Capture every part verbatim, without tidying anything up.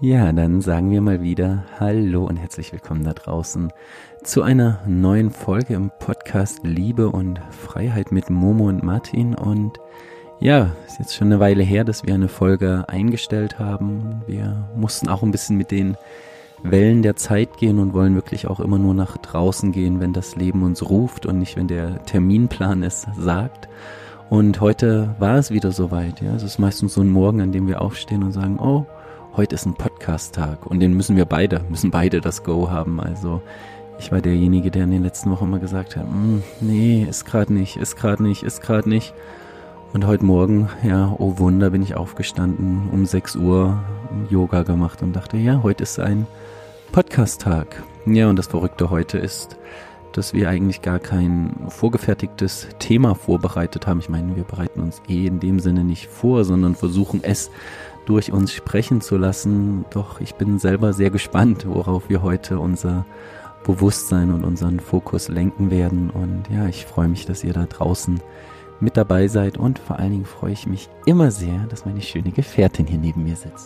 Ja, dann sagen wir mal wieder Hallo und herzlich willkommen da draußen zu einer neuen Folge im Podcast Liebe und Freiheit mit Momo und Martin. Und ja, ist jetzt schon eine Weile her, dass wir eine Folge eingestellt haben. Wir mussten auch ein bisschen mit den Wellen der Zeit gehen und wollen wirklich auch immer nur nach draußen gehen, wenn das Leben uns ruft und nicht, wenn der Terminplan es sagt. Und heute war es wieder soweit. Ja, es ist meistens so ein Morgen, an dem wir aufstehen und sagen, oh, heute ist ein Podcast-Tag und den müssen wir beide, müssen beide das Go haben. Also ich war derjenige, der in den letzten Wochen immer gesagt hat, nee, ist gerade nicht, ist gerade nicht, ist gerade nicht. Und heute Morgen, ja, oh Wunder, bin ich aufgestanden, um sechs Uhr Yoga gemacht und dachte, ja, heute ist ein Podcast-Tag. Ja, und das Verrückte heute ist, dass wir eigentlich gar kein vorgefertigtes Thema vorbereitet haben. Ich meine, wir bereiten uns eh in dem Sinne nicht vor, sondern versuchen es durch uns sprechen zu lassen. Doch ich bin selber sehr gespannt, worauf wir heute unser Bewusstsein und unseren Fokus lenken werden. Und ja, ich freue mich, dass ihr da draußen mit dabei seid. Und vor allen Dingen freue ich mich immer sehr, dass meine schöne Gefährtin hier neben mir sitzt.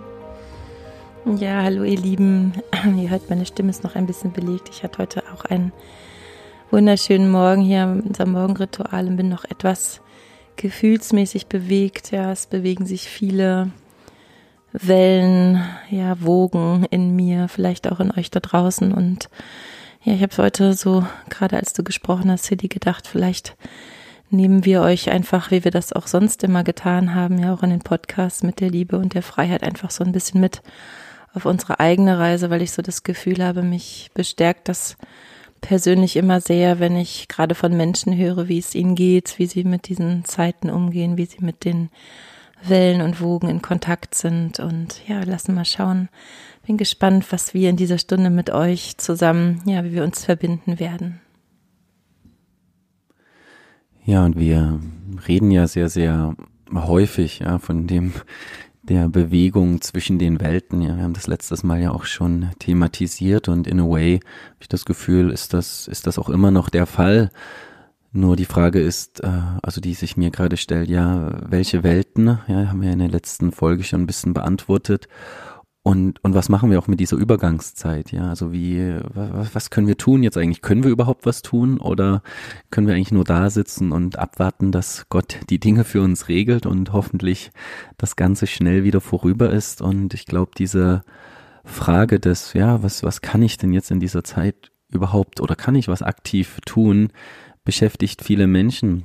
Ja, hallo ihr Lieben. Ihr hört, meine Stimme ist noch ein bisschen belegt. Ich hatte heute auch einen wunderschönen Morgen hier in unserem Morgenritual und bin noch etwas gefühlsmäßig bewegt. Ja, es bewegen sich viele Wellen, ja, Wogen in mir, vielleicht auch in euch da draußen. Und ja, ich habe heute so, gerade als du gesprochen hast, Silly, gedacht, vielleicht nehmen wir euch einfach, wie wir das auch sonst immer getan haben, ja auch in den Podcasts mit der Liebe und der Freiheit einfach so ein bisschen mit auf unsere eigene Reise, weil ich so das Gefühl habe, mich bestärkt das persönlich immer sehr, wenn ich gerade von Menschen höre, wie es ihnen geht, wie sie mit diesen Zeiten umgehen, wie sie mit den Wellen und Wogen in Kontakt sind. Und ja, lassen mal schauen. Bin gespannt, was wir in dieser Stunde mit euch zusammen, ja, wie wir uns verbinden werden. Ja, und wir reden ja sehr, sehr häufig, ja, von dem der Bewegung zwischen den Welten. Ja, wir haben das letztes Mal ja auch schon thematisiert und in a way habe ich das Gefühl, ist das, ist das auch immer noch der Fall. Nur die Frage ist, äh, also die sich mir gerade stellt, ja, welche Welten, ja, haben wir in der letzten Folge schon ein bisschen beantwortet. Und, und was machen wir auch mit dieser Übergangszeit? Ja, also wie, was, was können wir tun jetzt eigentlich? Können wir überhaupt was tun oder können wir eigentlich nur da sitzen und abwarten, dass Gott die Dinge für uns regelt und hoffentlich das Ganze schnell wieder vorüber ist? Und ich glaube, diese Frage des, ja, was, was kann ich denn jetzt in dieser Zeit überhaupt oder kann ich was aktiv tun, beschäftigt viele Menschen.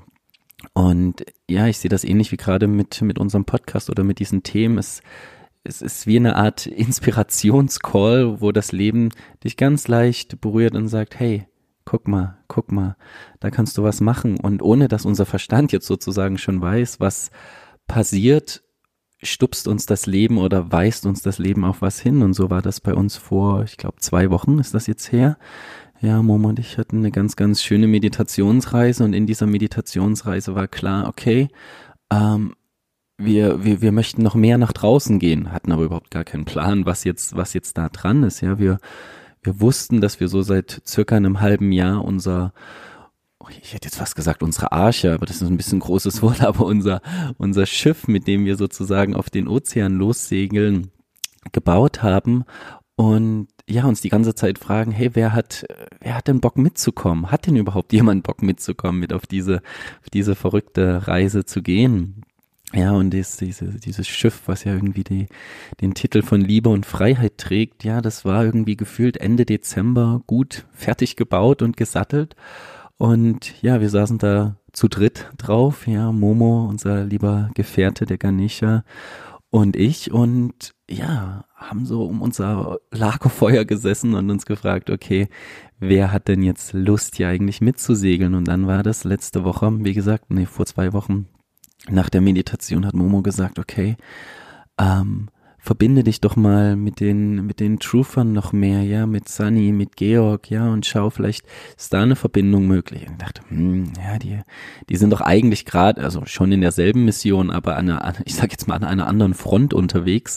Und ja, ich sehe das ähnlich wie gerade mit, mit unserem Podcast oder mit diesen Themen. Es Es ist wie eine Art Inspirationscall, wo das Leben dich ganz leicht berührt und sagt, hey, guck mal, guck mal, da kannst du was machen. Und ohne dass unser Verstand jetzt sozusagen schon weiß, was passiert, stupst uns das Leben oder weist uns das Leben auf was hin. Und so war das bei uns vor, ich glaube, zwei Wochen ist das jetzt her. Ja, Momo und ich hatten eine ganz, ganz schöne Meditationsreise und in dieser Meditationsreise war klar, okay, ähm, Wir, wir, wir möchten noch mehr nach draußen gehen, hatten aber überhaupt gar keinen Plan, was jetzt, was jetzt da dran ist. Ja, wir, wir wussten, dass wir so seit circa einem halben Jahr unser, ich hätte jetzt fast gesagt unsere Arche, aber das ist ein bisschen ein großes Wort, aber unser, unser Schiff, mit dem wir sozusagen auf den Ozean lossegeln, gebaut haben und ja, uns die ganze Zeit fragen, hey, wer hat, wer hat denn Bock mitzukommen? Hat denn überhaupt jemand Bock mitzukommen, mit auf diese, auf diese verrückte Reise zu gehen? Ja, und das, diese, dieses Schiff, was ja irgendwie die, den Titel von Liebe und Freiheit trägt, ja, das war irgendwie gefühlt Ende Dezember gut fertig gebaut und gesattelt. Und ja, wir saßen da zu dritt drauf, ja, Momo, unser lieber Gefährte, der Ganesha und ich und ja, haben so um unser Lagerfeuer gesessen und uns gefragt, okay, wer hat denn jetzt Lust, hier eigentlich mitzusegeln? Und dann war das letzte Woche, wie gesagt, nee, vor zwei Wochen, nach der Meditation hat Momo gesagt, okay, ähm, verbinde dich doch mal mit den mit den Truthern noch mehr, ja, mit Sunny, mit Georg, ja, und schau, vielleicht ist da eine Verbindung möglich. Und ich dachte, hm, ja, die die sind doch eigentlich gerade, also schon in derselben Mission, aber an einer, ich sag jetzt mal an einer anderen Front unterwegs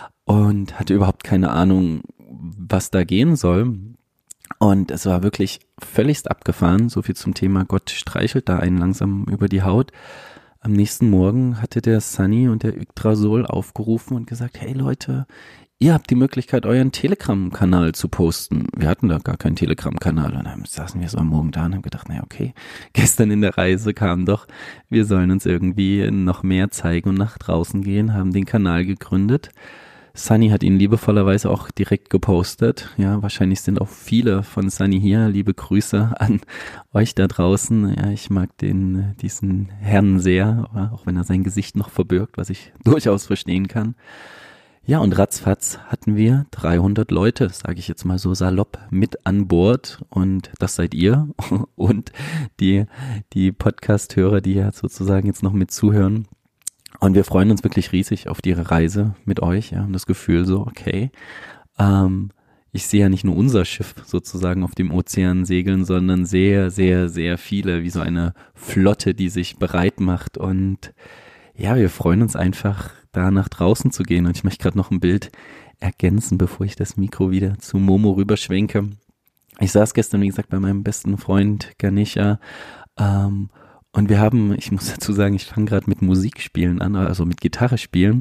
und hatte überhaupt keine Ahnung, was da gehen soll. Und es war wirklich völligst abgefahren, so viel zum Thema Gott streichelt da einen langsam über die Haut. am nächsten Morgen hatte der Sunny und der Yggdrasil aufgerufen und gesagt, hey Leute, ihr habt die Möglichkeit, euren Telegram-Kanal zu posten. Wir hatten da gar keinen Telegram-Kanal und dann saßen wir so am Morgen da und haben gedacht, naja, okay, gestern in der Reise kam doch, wir sollen uns irgendwie noch mehr zeigen und nach draußen gehen, haben den Kanal gegründet. Sunny hat ihn liebevollerweise auch direkt gepostet. Ja, wahrscheinlich sind auch viele von Sunny hier. Liebe Grüße an euch da draußen. Ja, ich mag den, diesen Herrn sehr, auch wenn er sein Gesicht noch verbirgt, was ich durchaus verstehen kann. Ja, und ratzfatz hatten wir dreihundert Leute, sage ich jetzt mal so salopp, mit an Bord und das seid ihr und die, die Podcast-Hörer, die ja sozusagen jetzt noch mit zuhören. Und wir freuen uns wirklich riesig auf die Reise mit euch, ja, und das Gefühl so, okay, ähm, ich sehe ja nicht nur unser Schiff sozusagen auf dem Ozean segeln, sondern sehr, sehr, sehr viele, wie so eine Flotte, die sich bereit macht und ja, wir freuen uns einfach, da nach draußen zu gehen. Und ich möchte gerade noch ein Bild ergänzen, bevor ich das Mikro wieder zu Momo rüberschwenke. Ich saß gestern, wie gesagt, bei meinem besten Freund Ganesha ähm, und wir haben, ich muss dazu sagen, ich fange gerade mit Musikspielen an, also mit Gitarre spielen.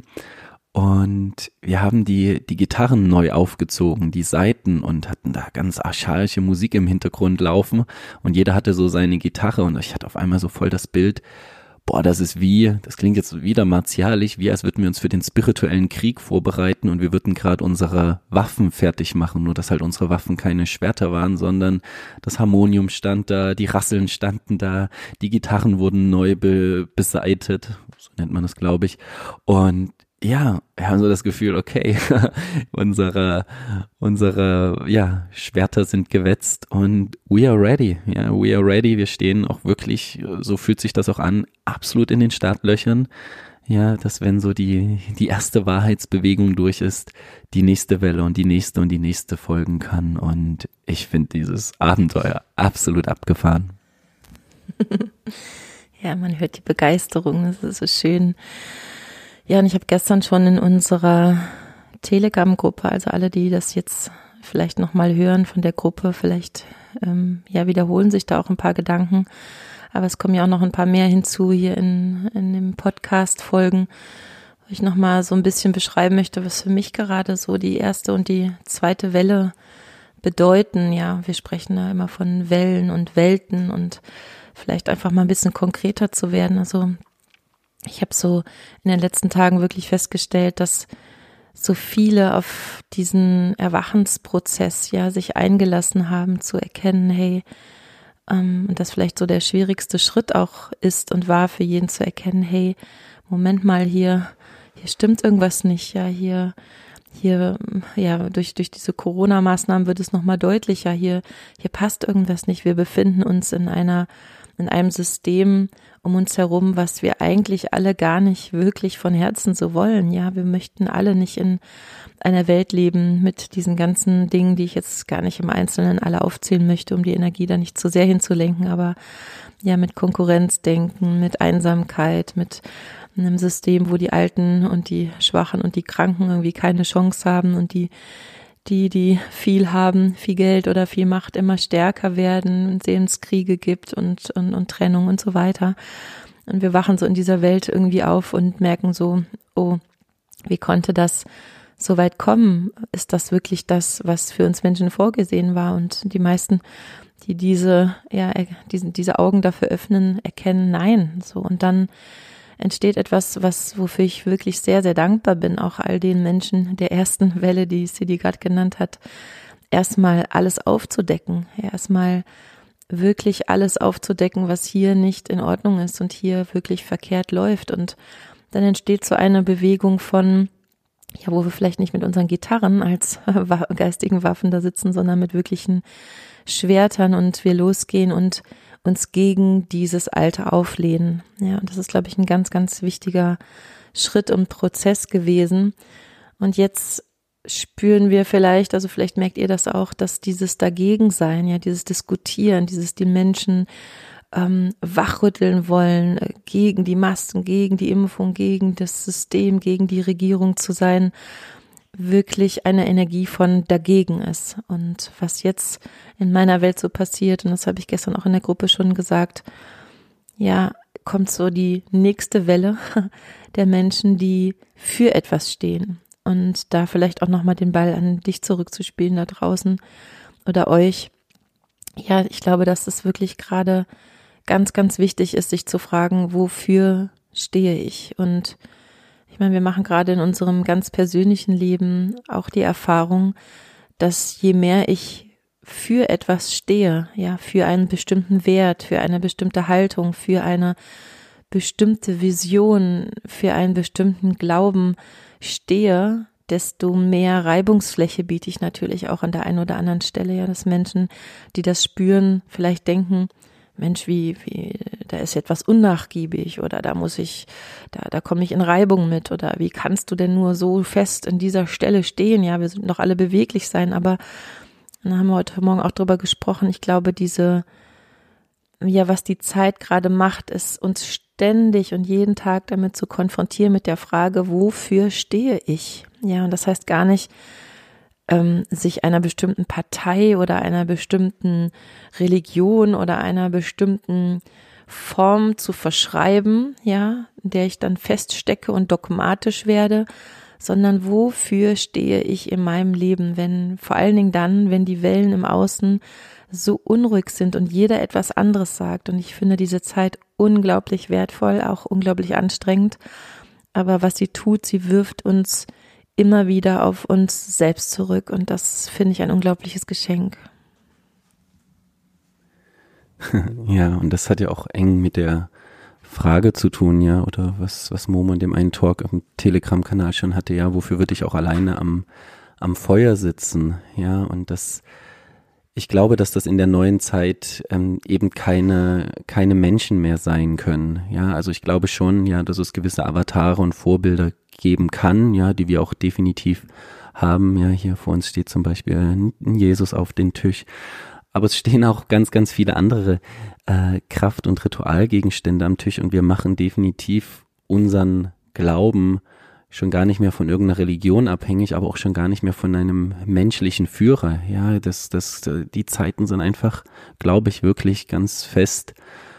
Und wir haben die, die Gitarren neu aufgezogen, die Saiten und hatten da ganz archaische Musik im Hintergrund laufen. Und jeder hatte so seine Gitarre und ich hatte auf einmal so voll das Bild, boah, das ist wie, das klingt jetzt wieder martialisch, wie als würden wir uns für den spirituellen Krieg vorbereiten und wir würden gerade unsere Waffen fertig machen, nur dass halt unsere Waffen keine Schwerter waren, sondern das Harmonium stand da, die Rasseln standen da, die Gitarren wurden neu be- beseitet, so nennt man das, glaube ich, und ja, wir haben so das Gefühl, okay, unsere, unsere, ja, Schwerter sind gewetzt und we are ready, ja, we are ready, wir stehen auch wirklich, so fühlt sich das auch an, absolut in den Startlöchern, ja, dass wenn so die, die erste Wahrheitsbewegung durch ist, die nächste Welle und die nächste und die nächste folgen kann und ich finde dieses Abenteuer absolut abgefahren. Ja, man hört die Begeisterung, das ist so schön. Ja, und ich habe gestern schon in unserer Telegram-Gruppe, also alle, die das jetzt vielleicht nochmal hören von der Gruppe, vielleicht ähm, ja wiederholen sich da auch ein paar Gedanken, aber es kommen ja auch noch ein paar mehr hinzu hier in, in dem Podcast-Folgen, wo ich nochmal so ein bisschen beschreiben möchte, was für mich gerade so die erste und die zweite Welle bedeuten. Ja, wir sprechen da immer von Wellen und Welten und vielleicht einfach mal ein bisschen konkreter zu werden, also ich habe so in den letzten Tagen wirklich festgestellt, dass so viele auf diesen Erwachensprozess ja sich eingelassen haben, zu erkennen, hey, ähm, und das vielleicht so der schwierigste Schritt auch ist und war für jeden zu erkennen, hey, Moment mal, hier, hier stimmt irgendwas nicht, ja, hier, hier, ja, durch, durch diese Corona-Maßnahmen wird es nochmal deutlicher, hier, hier passt irgendwas nicht, wir befinden uns in einer, in einem System um uns herum, was wir eigentlich alle gar nicht wirklich von Herzen so wollen. Ja, wir möchten alle nicht in einer Welt leben mit diesen ganzen Dingen, die ich jetzt gar nicht im Einzelnen alle aufzählen möchte, um die Energie da nicht zu sehr hinzulenken, aber ja, mit Konkurrenzdenken, mit Einsamkeit, mit einem System, wo die Alten und die Schwachen und die Kranken irgendwie keine Chance haben und die die, die viel haben, viel Geld oder viel Macht, immer stärker werden und denen es Kriege gibt und, und, und Trennung und so weiter. Und wir wachen so in dieser Welt irgendwie auf und merken so, oh, wie konnte das so weit kommen? Ist das wirklich das, was für uns Menschen vorgesehen war? Und die meisten, die diese, ja, diese, diese Augen dafür öffnen, erkennen, nein, so. Und dann entsteht etwas, was, wofür ich wirklich sehr, sehr dankbar bin, auch all den Menschen der ersten Welle, die Siddhi gerade genannt hat, erstmal alles aufzudecken, ja, erstmal wirklich alles aufzudecken, was hier nicht in Ordnung ist und hier wirklich verkehrt läuft. Und dann entsteht so eine Bewegung von, ja, wo wir vielleicht nicht mit unseren Gitarren als geistigen Waffen da sitzen, sondern mit wirklichen Schwertern und wir losgehen und uns gegen dieses Alte auflehnen. Ja, und das ist, glaube ich, ein ganz, ganz wichtiger Schritt und Prozess gewesen. Und jetzt spüren wir vielleicht, also vielleicht merkt ihr das auch, dass dieses Dagegensein, ja, dieses Diskutieren, dieses die Menschen ähm, wachrütteln wollen, äh, gegen die Masken, gegen die Impfung, gegen das System, gegen die Regierung zu sein, wirklich eine Energie von dagegen ist. Und was jetzt in meiner Welt so passiert, und das habe ich gestern auch in der Gruppe schon gesagt, ja, kommt so die nächste Welle der Menschen, die für etwas stehen. Und da vielleicht auch nochmal den Ball an dich zurückzuspielen da draußen oder euch. Ja, ich glaube, dass es wirklich gerade ganz, ganz wichtig ist, sich zu fragen, wofür stehe ich? Und ich meine, wir machen gerade in unserem ganz persönlichen Leben auch die Erfahrung, dass je mehr ich für etwas stehe, ja, für einen bestimmten Wert, für eine bestimmte Haltung, für eine bestimmte Vision, für einen bestimmten Glauben stehe, desto mehr Reibungsfläche biete ich natürlich auch an der einen oder anderen Stelle, ja, dass Menschen, die das spüren, vielleicht denken, Mensch, wie, wie, da ist etwas unnachgiebig oder da muss ich, da, da komme ich in Reibung mit oder wie kannst du denn nur so fest an dieser Stelle stehen? Ja, wir sind doch alle beweglich sein, aber da haben wir heute Morgen auch drüber gesprochen. Ich glaube, diese, ja, was die Zeit gerade macht, ist uns ständig und jeden Tag damit zu konfrontieren mit der Frage, wofür stehe ich? Ja, und das heißt gar nicht, ähm, sich einer bestimmten Partei oder einer bestimmten Religion oder einer bestimmten Form zu verschreiben, ja, in der ich dann feststecke und dogmatisch werde, sondern wofür stehe ich in meinem Leben, wenn, vor allen Dingen dann, wenn die Wellen im Außen so unruhig sind und jeder etwas anderes sagt. Und ich finde diese Zeit unglaublich wertvoll, auch unglaublich anstrengend. Aber was sie tut, sie wirft uns immer wieder auf uns selbst zurück. Und das finde ich ein unglaubliches Geschenk. Ja, und das hat ja auch eng mit der Frage zu tun, ja, oder was, was Momo in dem einen Talk im Telegram-Kanal schon hatte, ja, wofür würde ich auch alleine am, am Feuer sitzen, ja, und das, ich glaube, dass das in der neuen Zeit ähm, eben keine, keine Menschen mehr sein können, ja, also ich glaube schon, ja, dass es gewisse Avatare und Vorbilder geben kann, ja, die wir auch definitiv haben, ja, hier vor uns steht zum Beispiel ein Jesus auf den Tisch, aber es stehen auch ganz, ganz viele andere äh, Kraft- und Ritualgegenstände am Tisch und wir machen definitiv unseren Glauben schon gar nicht mehr von irgendeiner Religion abhängig, aber auch schon gar nicht mehr von einem menschlichen Führer. Ja, das, das, die Zeiten sind einfach, glaube ich, wirklich ganz fest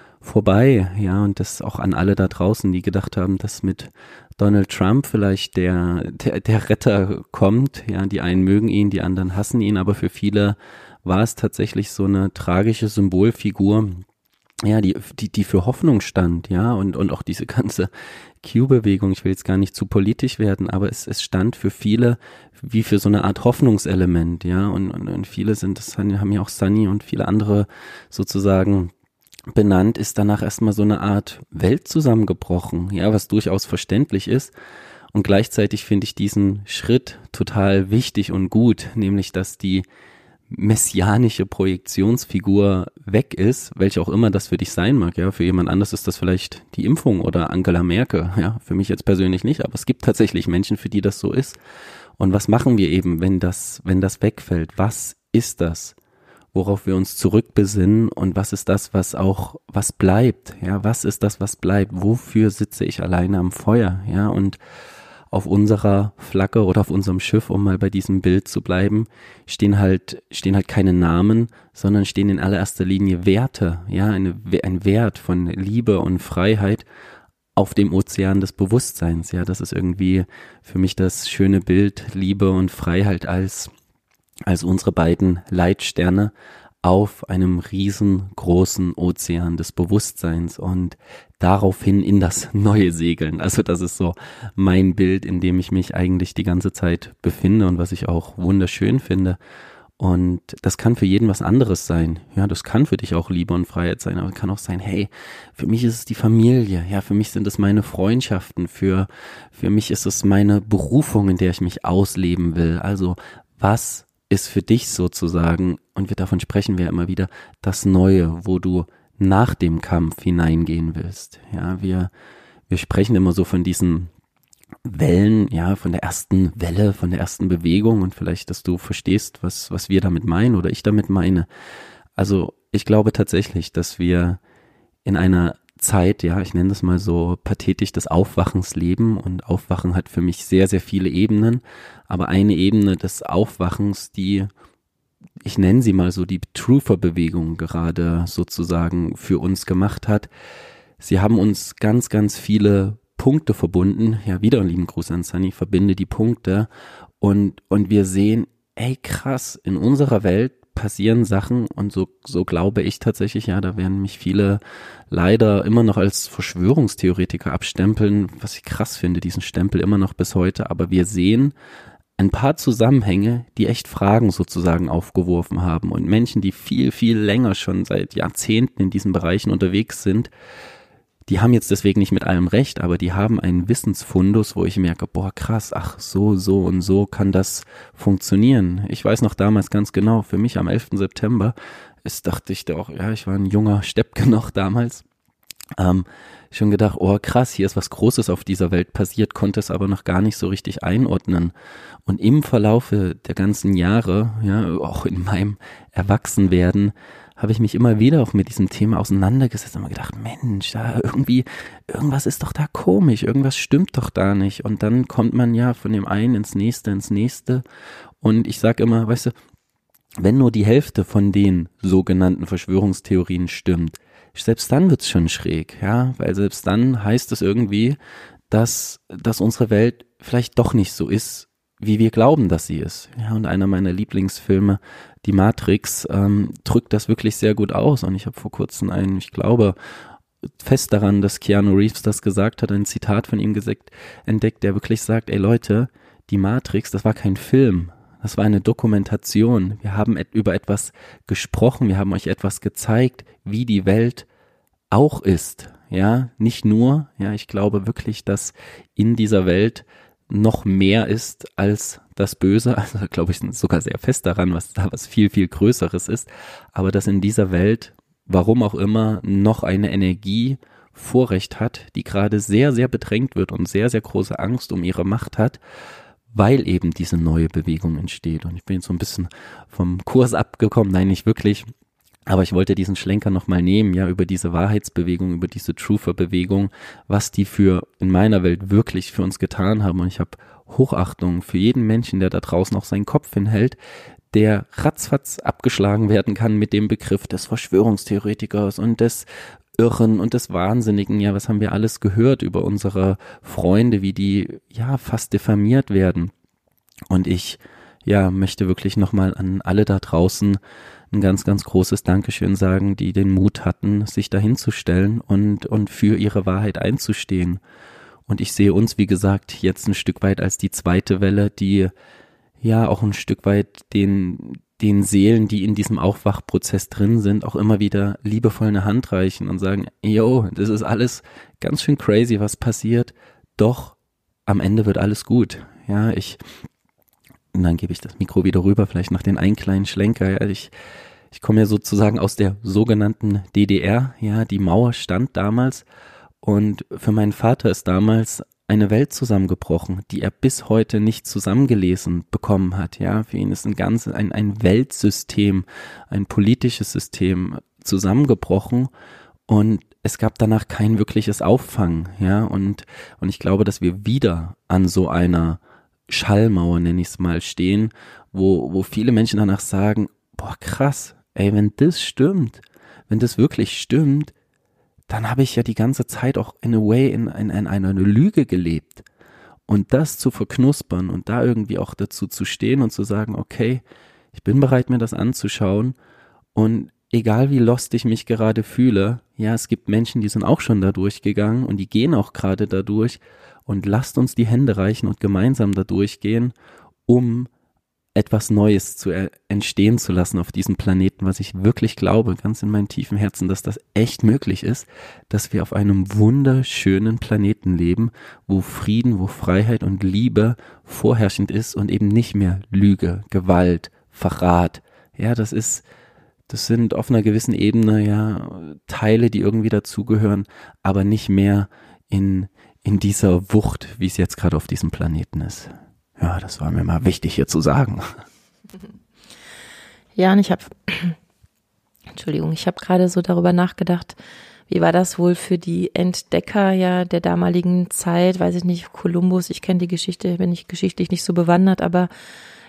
vorbei. Ja, und das auch an alle da draußen, die gedacht haben, dass mit Donald Trump vielleicht der, der, der Retter kommt. Ja, die einen mögen ihn, die anderen hassen ihn, aber für viele war es tatsächlich so eine tragische Symbolfigur, ja, die, die, die für Hoffnung stand, ja, und, und auch diese ganze Q-Bewegung, ich will jetzt gar nicht zu politisch werden, aber es, es stand für viele wie für so eine Art Hoffnungselement, ja, und, und, und viele sind, das haben ja auch Sunny und viele andere sozusagen benannt, ist danach erstmal so eine Art Welt zusammengebrochen, ja, was durchaus verständlich ist. Und gleichzeitig finde ich diesen Schritt total wichtig und gut, nämlich, dass die messianische Projektionsfigur weg ist, welche auch immer das für dich sein mag, ja, für jemand anderes ist das vielleicht die Impfung oder Angela Merkel, ja, für mich jetzt persönlich nicht, aber es gibt tatsächlich Menschen, für die das so ist. Und was machen wir eben, wenn das, wenn das wegfällt? Was ist das, worauf wir uns zurückbesinnen und was ist das, was auch, was bleibt, ja, was ist das, was bleibt? Wofür sitze ich alleine am Feuer, ja, und auf unserer Flagge oder auf unserem Schiff, um mal bei diesem Bild zu bleiben, stehen halt, stehen halt keine Namen, sondern stehen in allererster Linie Werte, ja, eine, ein Wert von Liebe und Freiheit auf dem Ozean des Bewusstseins, ja, das ist irgendwie für mich das schöne Bild, Liebe und Freiheit als, als unsere beiden Leitsterne auf einem riesengroßen Ozean des Bewusstseins und daraufhin in das neue Segeln. Also das ist so mein Bild, in dem ich mich eigentlich die ganze Zeit befinde und was ich auch wunderschön finde. Und das kann für jeden was anderes sein. Ja, das kann für dich auch Liebe und Freiheit sein, aber es kann auch sein, hey, für mich ist es die Familie. Ja, für mich sind es meine Freundschaften. Für, für mich ist es meine Berufung, in der ich mich ausleben will. Also was ist für dich sozusagen, und wir davon sprechen wir ja immer wieder, das Neue, wo du nach dem Kampf hineingehen willst. Ja, wir, wir sprechen immer so von diesen Wellen, ja, von der ersten Welle, von der ersten Bewegung und vielleicht, dass du verstehst, was, was wir damit meinen oder ich damit meine. Also ich glaube tatsächlich, dass wir in einer Zeit, ja, ich nenne das mal so pathetisch, des Aufwachens leben und Aufwachen hat für mich sehr, sehr viele Ebenen, aber eine Ebene des Aufwachens, die, ich nenne sie mal so, die Truther-Bewegung gerade sozusagen für uns gemacht hat, sie haben uns ganz, ganz viele Punkte verbunden. Ja, wieder einen lieben Gruß an Sunny, verbinde die Punkte. Und, und wir sehen, ey krass, in unserer Welt passieren Sachen und so, so glaube ich tatsächlich, ja, da werden mich viele leider immer noch als Verschwörungstheoretiker abstempeln, was ich krass finde, diesen Stempel immer noch bis heute, aber wir sehen ein paar Zusammenhänge, die echt Fragen sozusagen aufgeworfen haben und Menschen, die viel, viel länger schon seit Jahrzehnten in diesen Bereichen unterwegs sind, die haben jetzt deswegen nicht mit allem recht, aber die haben einen Wissensfundus, wo ich merke, boah krass, ach so, so und so kann das funktionieren. Ich weiß noch damals ganz genau, für mich am elften September, es dachte ich doch, ja, ich war ein junger Steppke noch damals, ähm, schon gedacht, oh krass, hier ist was Großes auf dieser Welt passiert, konnte es aber noch gar nicht so richtig einordnen. Und im Verlaufe der ganzen Jahre, ja, auch in meinem Erwachsenwerden, habe ich mich immer wieder auch mit diesem Thema auseinandergesetzt und immer gedacht, Mensch, da irgendwie, irgendwas ist doch da komisch, irgendwas stimmt doch da nicht. Und dann kommt man ja von dem einen ins nächste, ins nächste. Und ich sage immer, weißt du, wenn nur die Hälfte von den sogenannten Verschwörungstheorien stimmt, selbst dann wird's schon schräg, ja, weil selbst dann heißt es irgendwie, dass, dass unsere Welt vielleicht doch nicht so ist, wie wir glauben, dass sie ist. Ja, und einer meiner Lieblingsfilme, die Matrix, ähm, drückt das wirklich sehr gut aus. Und ich habe vor kurzem einen, ich glaube, fest daran, dass Keanu Reeves das gesagt hat, ein Zitat von ihm gesagt, entdeckt, der wirklich sagt, ey Leute, die Matrix, das war kein Film, das war eine Dokumentation. Wir haben et- über etwas gesprochen, wir haben euch etwas gezeigt, wie die Welt auch ist. Ja, nicht nur, ja, ich glaube wirklich, dass in dieser Welt noch mehr ist als das Böse, also glaube ich sogar sehr fest daran, was da was viel, viel Größeres ist, aber dass in dieser Welt, warum auch immer, noch eine Energie Vorrecht hat, die gerade sehr, sehr bedrängt wird und sehr, sehr große Angst um ihre Macht hat, weil eben diese neue Bewegung entsteht. Und ich bin jetzt so ein bisschen vom Kurs abgekommen, nein, nicht wirklich, aber ich wollte diesen Schlenker nochmal nehmen, ja, über diese Wahrheitsbewegung, über diese Truther-Bewegung, was die für in meiner Welt wirklich für uns getan haben. Und ich habe Hochachtung für jeden Menschen, der da draußen auch seinen Kopf hinhält, der ratzfatz abgeschlagen werden kann mit dem Begriff des Verschwörungstheoretikers und des Irren und des Wahnsinnigen. Ja, was haben wir alles gehört über unsere Freunde, wie die ja fast diffamiert werden. Und ich ja möchte wirklich nochmal an alle da draußen ein ganz, ganz großes Dankeschön sagen, die den Mut hatten, sich dahin zu stellen und, und für ihre Wahrheit einzustehen. Und ich sehe uns, wie gesagt, jetzt ein Stück weit als die zweite Welle, die ja auch ein Stück weit den, den Seelen, die in diesem Aufwachprozess drin sind, auch immer wieder liebevoll eine Hand reichen und sagen, yo, das ist alles ganz schön crazy, was passiert, doch am Ende wird alles gut. Ja, ich Und dann gebe ich das Mikro wieder rüber, vielleicht noch den einen kleinen Schlenker. Ja, ich, ich komme ja sozusagen aus der sogenannten D D R. Ja, die Mauer stand damals und für meinen Vater ist damals eine Welt zusammengebrochen, die er bis heute nicht zusammengelesen bekommen hat. Ja, für ihn ist ein ganzes, ein, ein Weltsystem, ein politisches System zusammengebrochen und es gab danach kein wirkliches Auffangen. Ja, und, und ich glaube, dass wir wieder an so einer Schallmauer, nenne ich es mal, stehen, wo, wo viele Menschen danach sagen, boah krass, ey, wenn das stimmt, wenn das wirklich stimmt, dann habe ich ja die ganze Zeit auch in a way in, in, in einer Lüge gelebt. Und das zu verknuspern und da irgendwie auch dazu zu stehen und zu sagen, okay, ich bin bereit, mir das anzuschauen und egal wie lost ich mich gerade fühle, ja, es gibt Menschen, die sind auch schon da durchgegangen und die gehen auch gerade da durch und lasst uns die Hände reichen und gemeinsam da durchgehen, um etwas Neues zu er- entstehen zu lassen auf diesem Planeten, was ich wirklich glaube, ganz in meinem tiefen Herzen, dass das echt möglich ist, dass wir auf einem wunderschönen Planeten leben, wo Frieden, wo Freiheit und Liebe vorherrschend ist und eben nicht mehr Lüge, Gewalt, Verrat. Ja, das ist, das sind auf einer gewissen Ebene ja Teile, die irgendwie dazugehören, aber nicht mehr in, in dieser Wucht, wie es jetzt gerade auf diesem Planeten ist. Ja, das war mir mal wichtig hier zu sagen. Ja, und ich habe, Entschuldigung, ich habe gerade so darüber nachgedacht, wie war das wohl für die Entdecker ja der damaligen Zeit, weiß ich nicht, Kolumbus, ich kenne die Geschichte, bin ich geschichtlich nicht so bewandert, aber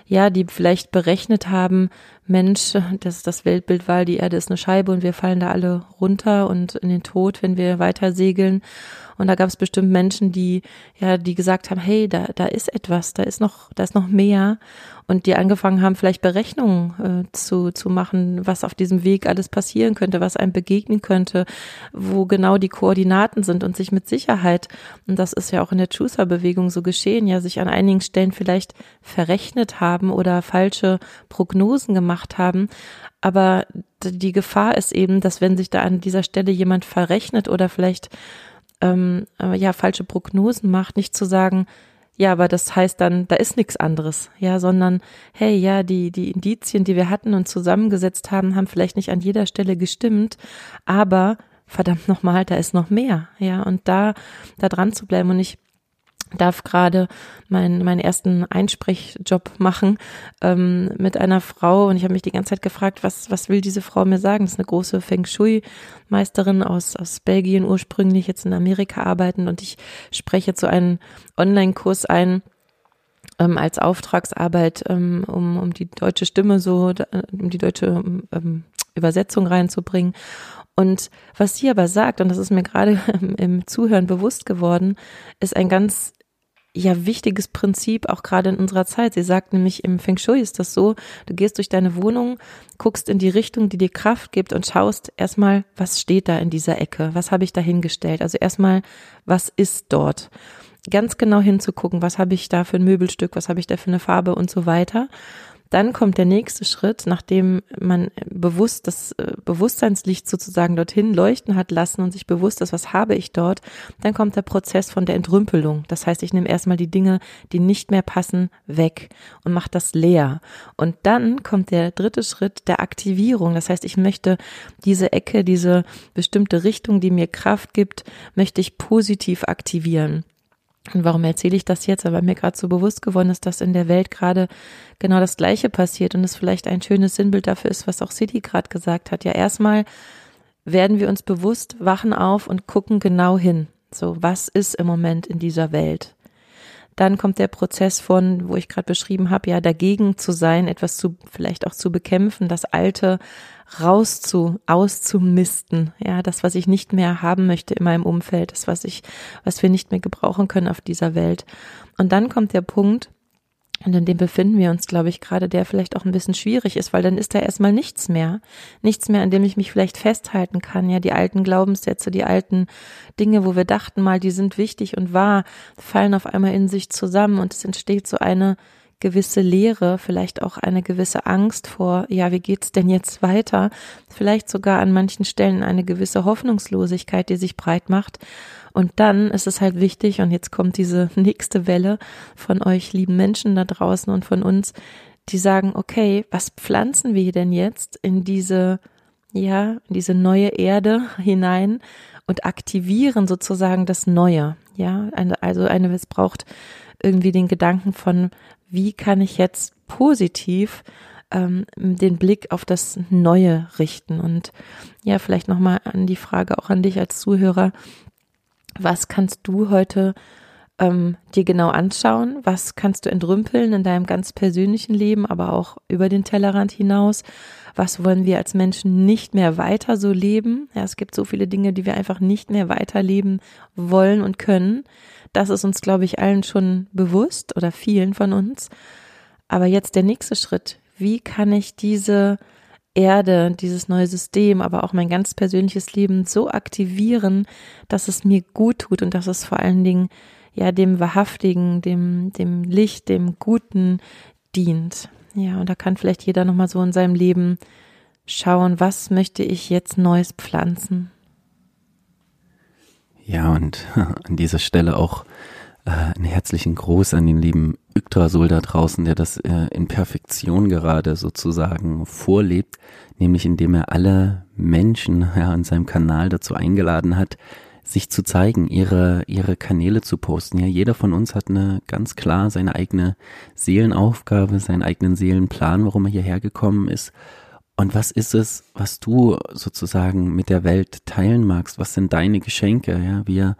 ja, die vielleicht berechnet haben, Mensch, das, das Weltbild war, die Erde ist eine Scheibe und wir fallen da alle runter und in den Tod, wenn wir weiter segeln. Und da gab es bestimmt Menschen, die, ja, die gesagt haben, hey, da, da ist etwas, da ist noch, da ist noch mehr. Und die angefangen haben, vielleicht Berechnungen äh, zu, zu machen, was auf diesem Weg alles passieren könnte, was einem begegnen könnte, wo genau die Koordinaten sind und sich mit Sicherheit, und das ist ja auch in der Chusa-Bewegung so geschehen, ja, sich an einigen Stellen vielleicht verrechnet haben oder falsche Prognosen gemacht haben. Aber die Gefahr ist eben, dass wenn sich da an dieser Stelle jemand verrechnet oder vielleicht ähm, ja falsche Prognosen macht, nicht zu sagen, ja, aber das heißt dann, da ist nichts anderes, ja, sondern hey, ja, die die Indizien, die wir hatten und zusammengesetzt haben, haben vielleicht nicht an jeder Stelle gestimmt, aber verdammt nochmal, da ist noch mehr, ja, und da da dran zu bleiben. Und ich darf gerade meinen meinen ersten Einsprechjob machen ähm, mit einer Frau, und ich habe mich die ganze Zeit gefragt, was was will diese Frau mir sagen? Das ist eine große Feng Shui-Meisterin aus aus Belgien ursprünglich, jetzt in Amerika arbeiten, und ich spreche zu einem Online-Kurs ein ähm, als Auftragsarbeit, ähm, um um die deutsche Stimme so, um die deutsche ähm, Übersetzung reinzubringen. Und was sie aber sagt, und das ist mir gerade im Zuhören bewusst geworden, ist ein ganz ja wichtiges Prinzip, auch gerade in unserer Zeit. Sie sagt nämlich, im Feng Shui ist das so, du gehst durch deine Wohnung, guckst in die Richtung, die dir Kraft gibt, und schaust erstmal, was steht da in dieser Ecke, was habe ich da hingestellt. Also erstmal, was ist dort? Ganz genau hinzugucken, was habe ich da für ein Möbelstück, was habe ich da für eine Farbe und so weiter. Dann kommt der nächste Schritt, nachdem man bewusst das Bewusstseinslicht sozusagen dorthin leuchten hat lassen und sich bewusst ist, was habe ich dort, dann kommt der Prozess von der Entrümpelung. Das heißt, ich nehme erstmal die Dinge, die nicht mehr passen, weg und mache das leer. Und dann kommt der dritte Schritt der Aktivierung. Das heißt, ich möchte diese Ecke, diese bestimmte Richtung, die mir Kraft gibt, möchte ich positiv aktivieren. Und warum erzähle ich das jetzt? Weil mir gerade so bewusst geworden ist, dass in der Welt gerade genau das Gleiche passiert und es vielleicht ein schönes Sinnbild dafür ist, was auch Sidi gerade gesagt hat. Ja, erstmal werden wir uns bewusst, wachen auf und gucken genau hin. So, was ist im Moment in dieser Welt? Dann kommt der Prozess von, wo ich gerade beschrieben habe, ja, dagegen zu sein, etwas zu, vielleicht auch zu bekämpfen, das Alte rauszu, auszumisten, ja, das, was ich nicht mehr haben möchte in meinem Umfeld, das, was ich, was wir nicht mehr gebrauchen können auf dieser Welt. Und dann kommt der Punkt, und in dem befinden wir uns, glaube ich, gerade, der vielleicht auch ein bisschen schwierig ist, weil dann ist da erstmal nichts mehr. Nichts mehr, an dem ich mich vielleicht festhalten kann. Ja, die alten Glaubenssätze, die alten Dinge, wo wir dachten mal, die sind wichtig und wahr, fallen auf einmal in sich zusammen, und es entsteht so eine gewisse Leere, vielleicht auch eine gewisse Angst vor, ja, wie geht's denn jetzt weiter? Vielleicht sogar an manchen Stellen eine gewisse Hoffnungslosigkeit, die sich breit macht. Und dann ist es halt wichtig, und jetzt kommt diese nächste Welle von euch lieben Menschen da draußen und von uns, die sagen, okay, was pflanzen wir denn jetzt in diese, ja, in diese neue Erde hinein und aktivieren sozusagen das Neue, ja, also eine, es braucht irgendwie den Gedanken von, wie kann ich jetzt positiv ähm, den Blick auf das Neue richten? Und ja, vielleicht nochmal an die Frage auch an dich als Zuhörer, was kannst du heute ähm, dir genau anschauen? Was kannst du entrümpeln in deinem ganz persönlichen Leben, aber auch über den Tellerrand hinaus? Was wollen wir als Menschen nicht mehr weiter so leben? Ja, es gibt so viele Dinge, die wir einfach nicht mehr weiterleben wollen und können. Das ist uns, glaube ich, allen schon bewusst oder vielen von uns. Aber jetzt der nächste Schritt. Wie kann ich diese Erde, dieses neue System, aber auch mein ganz persönliches Leben so aktivieren, dass es mir gut tut und dass es vor allen Dingen ja dem Wahrhaftigen, dem, dem Licht, dem Guten dient. Ja, und da kann vielleicht jeder nochmal so in seinem Leben schauen, was möchte ich jetzt Neues pflanzen? Ja, und an dieser Stelle auch äh, einen herzlichen Gruß an den lieben Yggdrasil da draußen, der das äh, in Perfektion gerade sozusagen vorlebt, nämlich indem er alle Menschen ja, an seinem Kanal dazu eingeladen hat, sich zu zeigen, ihre ihre Kanäle zu posten. Ja, jeder von uns hat eine ganz klar seine eigene Seelenaufgabe, seinen eigenen Seelenplan, warum er hierher gekommen ist. Und was ist es, was du sozusagen mit der Welt teilen magst? Was sind deine Geschenke? Ja, wir,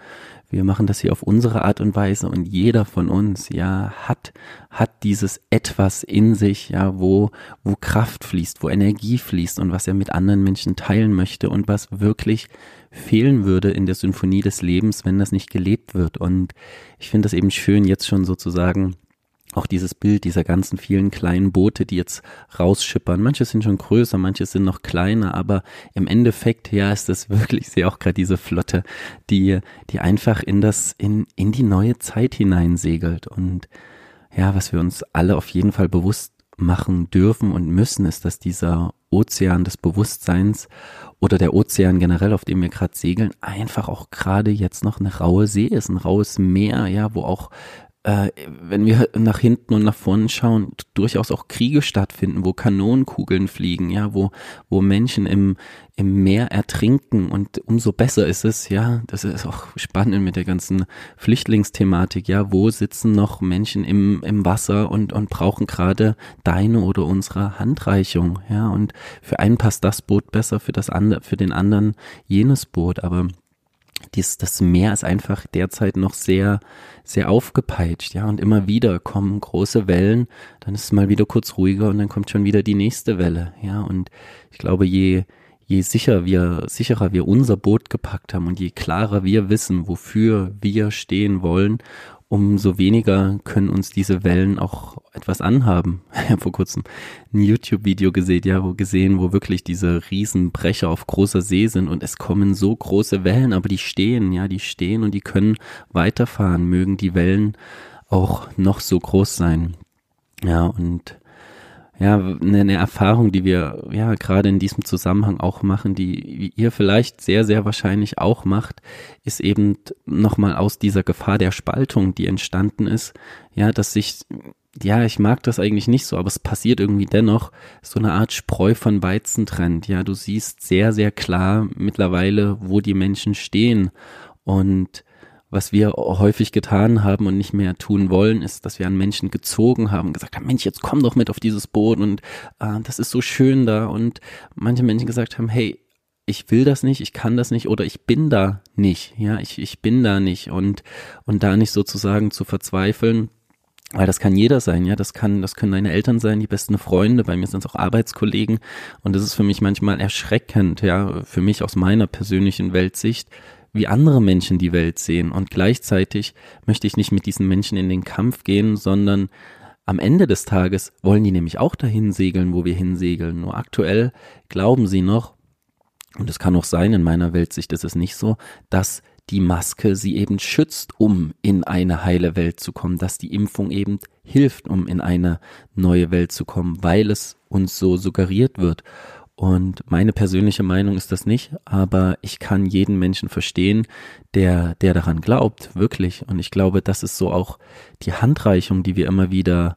wir machen das hier auf unsere Art und Weise und jeder von uns, ja, hat, hat dieses Etwas in sich, ja, wo, wo Kraft fließt, wo Energie fließt und was er mit anderen Menschen teilen möchte und was wirklich fehlen würde in der Symphonie des Lebens, wenn das nicht gelebt wird. Und ich finde das eben schön, jetzt schon sozusagen auch dieses Bild dieser ganzen vielen kleinen Boote, die jetzt rausschippern. Manche sind schon größer, manche sind noch kleiner, aber im Endeffekt, ja, ist das wirklich, ich sehe auch gerade diese Flotte, die, die einfach in das, in, in die neue Zeit hineinsegelt. Und ja, was wir uns alle auf jeden Fall bewusst machen dürfen und müssen, ist, dass dieser Ozean des Bewusstseins oder der Ozean generell, auf dem wir gerade segeln, einfach auch gerade jetzt noch eine raue See ist, ein raues Meer, ja, wo auch Äh, wenn wir nach hinten und nach vorne schauen, durchaus auch Kriege stattfinden, wo Kanonenkugeln fliegen, ja, wo wo Menschen im im Meer ertrinken und umso besser ist es, ja, das ist auch spannend mit der ganzen Flüchtlingsthematik, ja, wo sitzen noch Menschen im im Wasser und und brauchen gerade deine oder unsere Handreichung, ja, und für einen passt das Boot besser, für das andere, für den anderen jenes Boot, aber Dies, das Meer ist einfach derzeit noch sehr, sehr aufgepeitscht, ja, und immer wieder kommen große Wellen, dann ist es mal wieder kurz ruhiger und dann kommt schon wieder die nächste Welle, ja, und ich glaube, je, je sicher wir, sicherer wir unser Boot gepackt haben und je klarer wir wissen, wofür wir stehen wollen, umso weniger können uns diese Wellen auch etwas anhaben. Ich habe vor kurzem ein YouTube-Video gesehen, ja, wo gesehen, wo wirklich diese Riesenbrecher auf großer See sind und es kommen so große Wellen, aber die stehen, ja, die stehen und die können weiterfahren, mögen die Wellen auch noch so groß sein. Ja, und ja, eine, eine Erfahrung, die wir ja gerade in diesem Zusammenhang auch machen, die ihr vielleicht sehr, sehr wahrscheinlich auch macht, ist eben nochmal aus dieser Gefahr der Spaltung, die entstanden ist, ja, dass sich, ja, ich mag das eigentlich nicht so, aber es passiert irgendwie dennoch, so eine Art Spreu von Weizen trennt, ja, du siehst sehr, sehr klar mittlerweile, wo die Menschen stehen und was wir häufig getan haben und nicht mehr tun wollen, ist, dass wir an Menschen gezogen haben, gesagt haben, Mensch, jetzt komm doch mit auf dieses Boot und äh, das ist so schön da und manche Menschen gesagt haben, hey, ich will das nicht, ich kann das nicht oder ich bin da nicht, ja, ich, ich bin da nicht und, und da nicht sozusagen zu verzweifeln, weil das kann jeder sein, ja, das kann, das können deine Eltern sein, die besten Freunde, bei mir sind es auch Arbeitskollegen und das ist für mich manchmal erschreckend, ja, für mich aus meiner persönlichen Weltsicht, wie andere Menschen die Welt sehen und gleichzeitig möchte ich nicht mit diesen Menschen in den Kampf gehen, sondern am Ende des Tages wollen die nämlich auch dahin segeln, wo wir hinsegeln. Nur aktuell glauben sie noch, und es kann auch sein, in meiner Weltsicht ist es nicht so, dass die Maske sie eben schützt, um in eine heile Welt zu kommen, dass die Impfung eben hilft, um in eine neue Welt zu kommen, weil es uns so suggeriert wird. Und meine persönliche Meinung ist das nicht, aber ich kann jeden Menschen verstehen, der, der daran glaubt, wirklich. Und ich glaube, das ist so auch die Handreichung, die wir immer wieder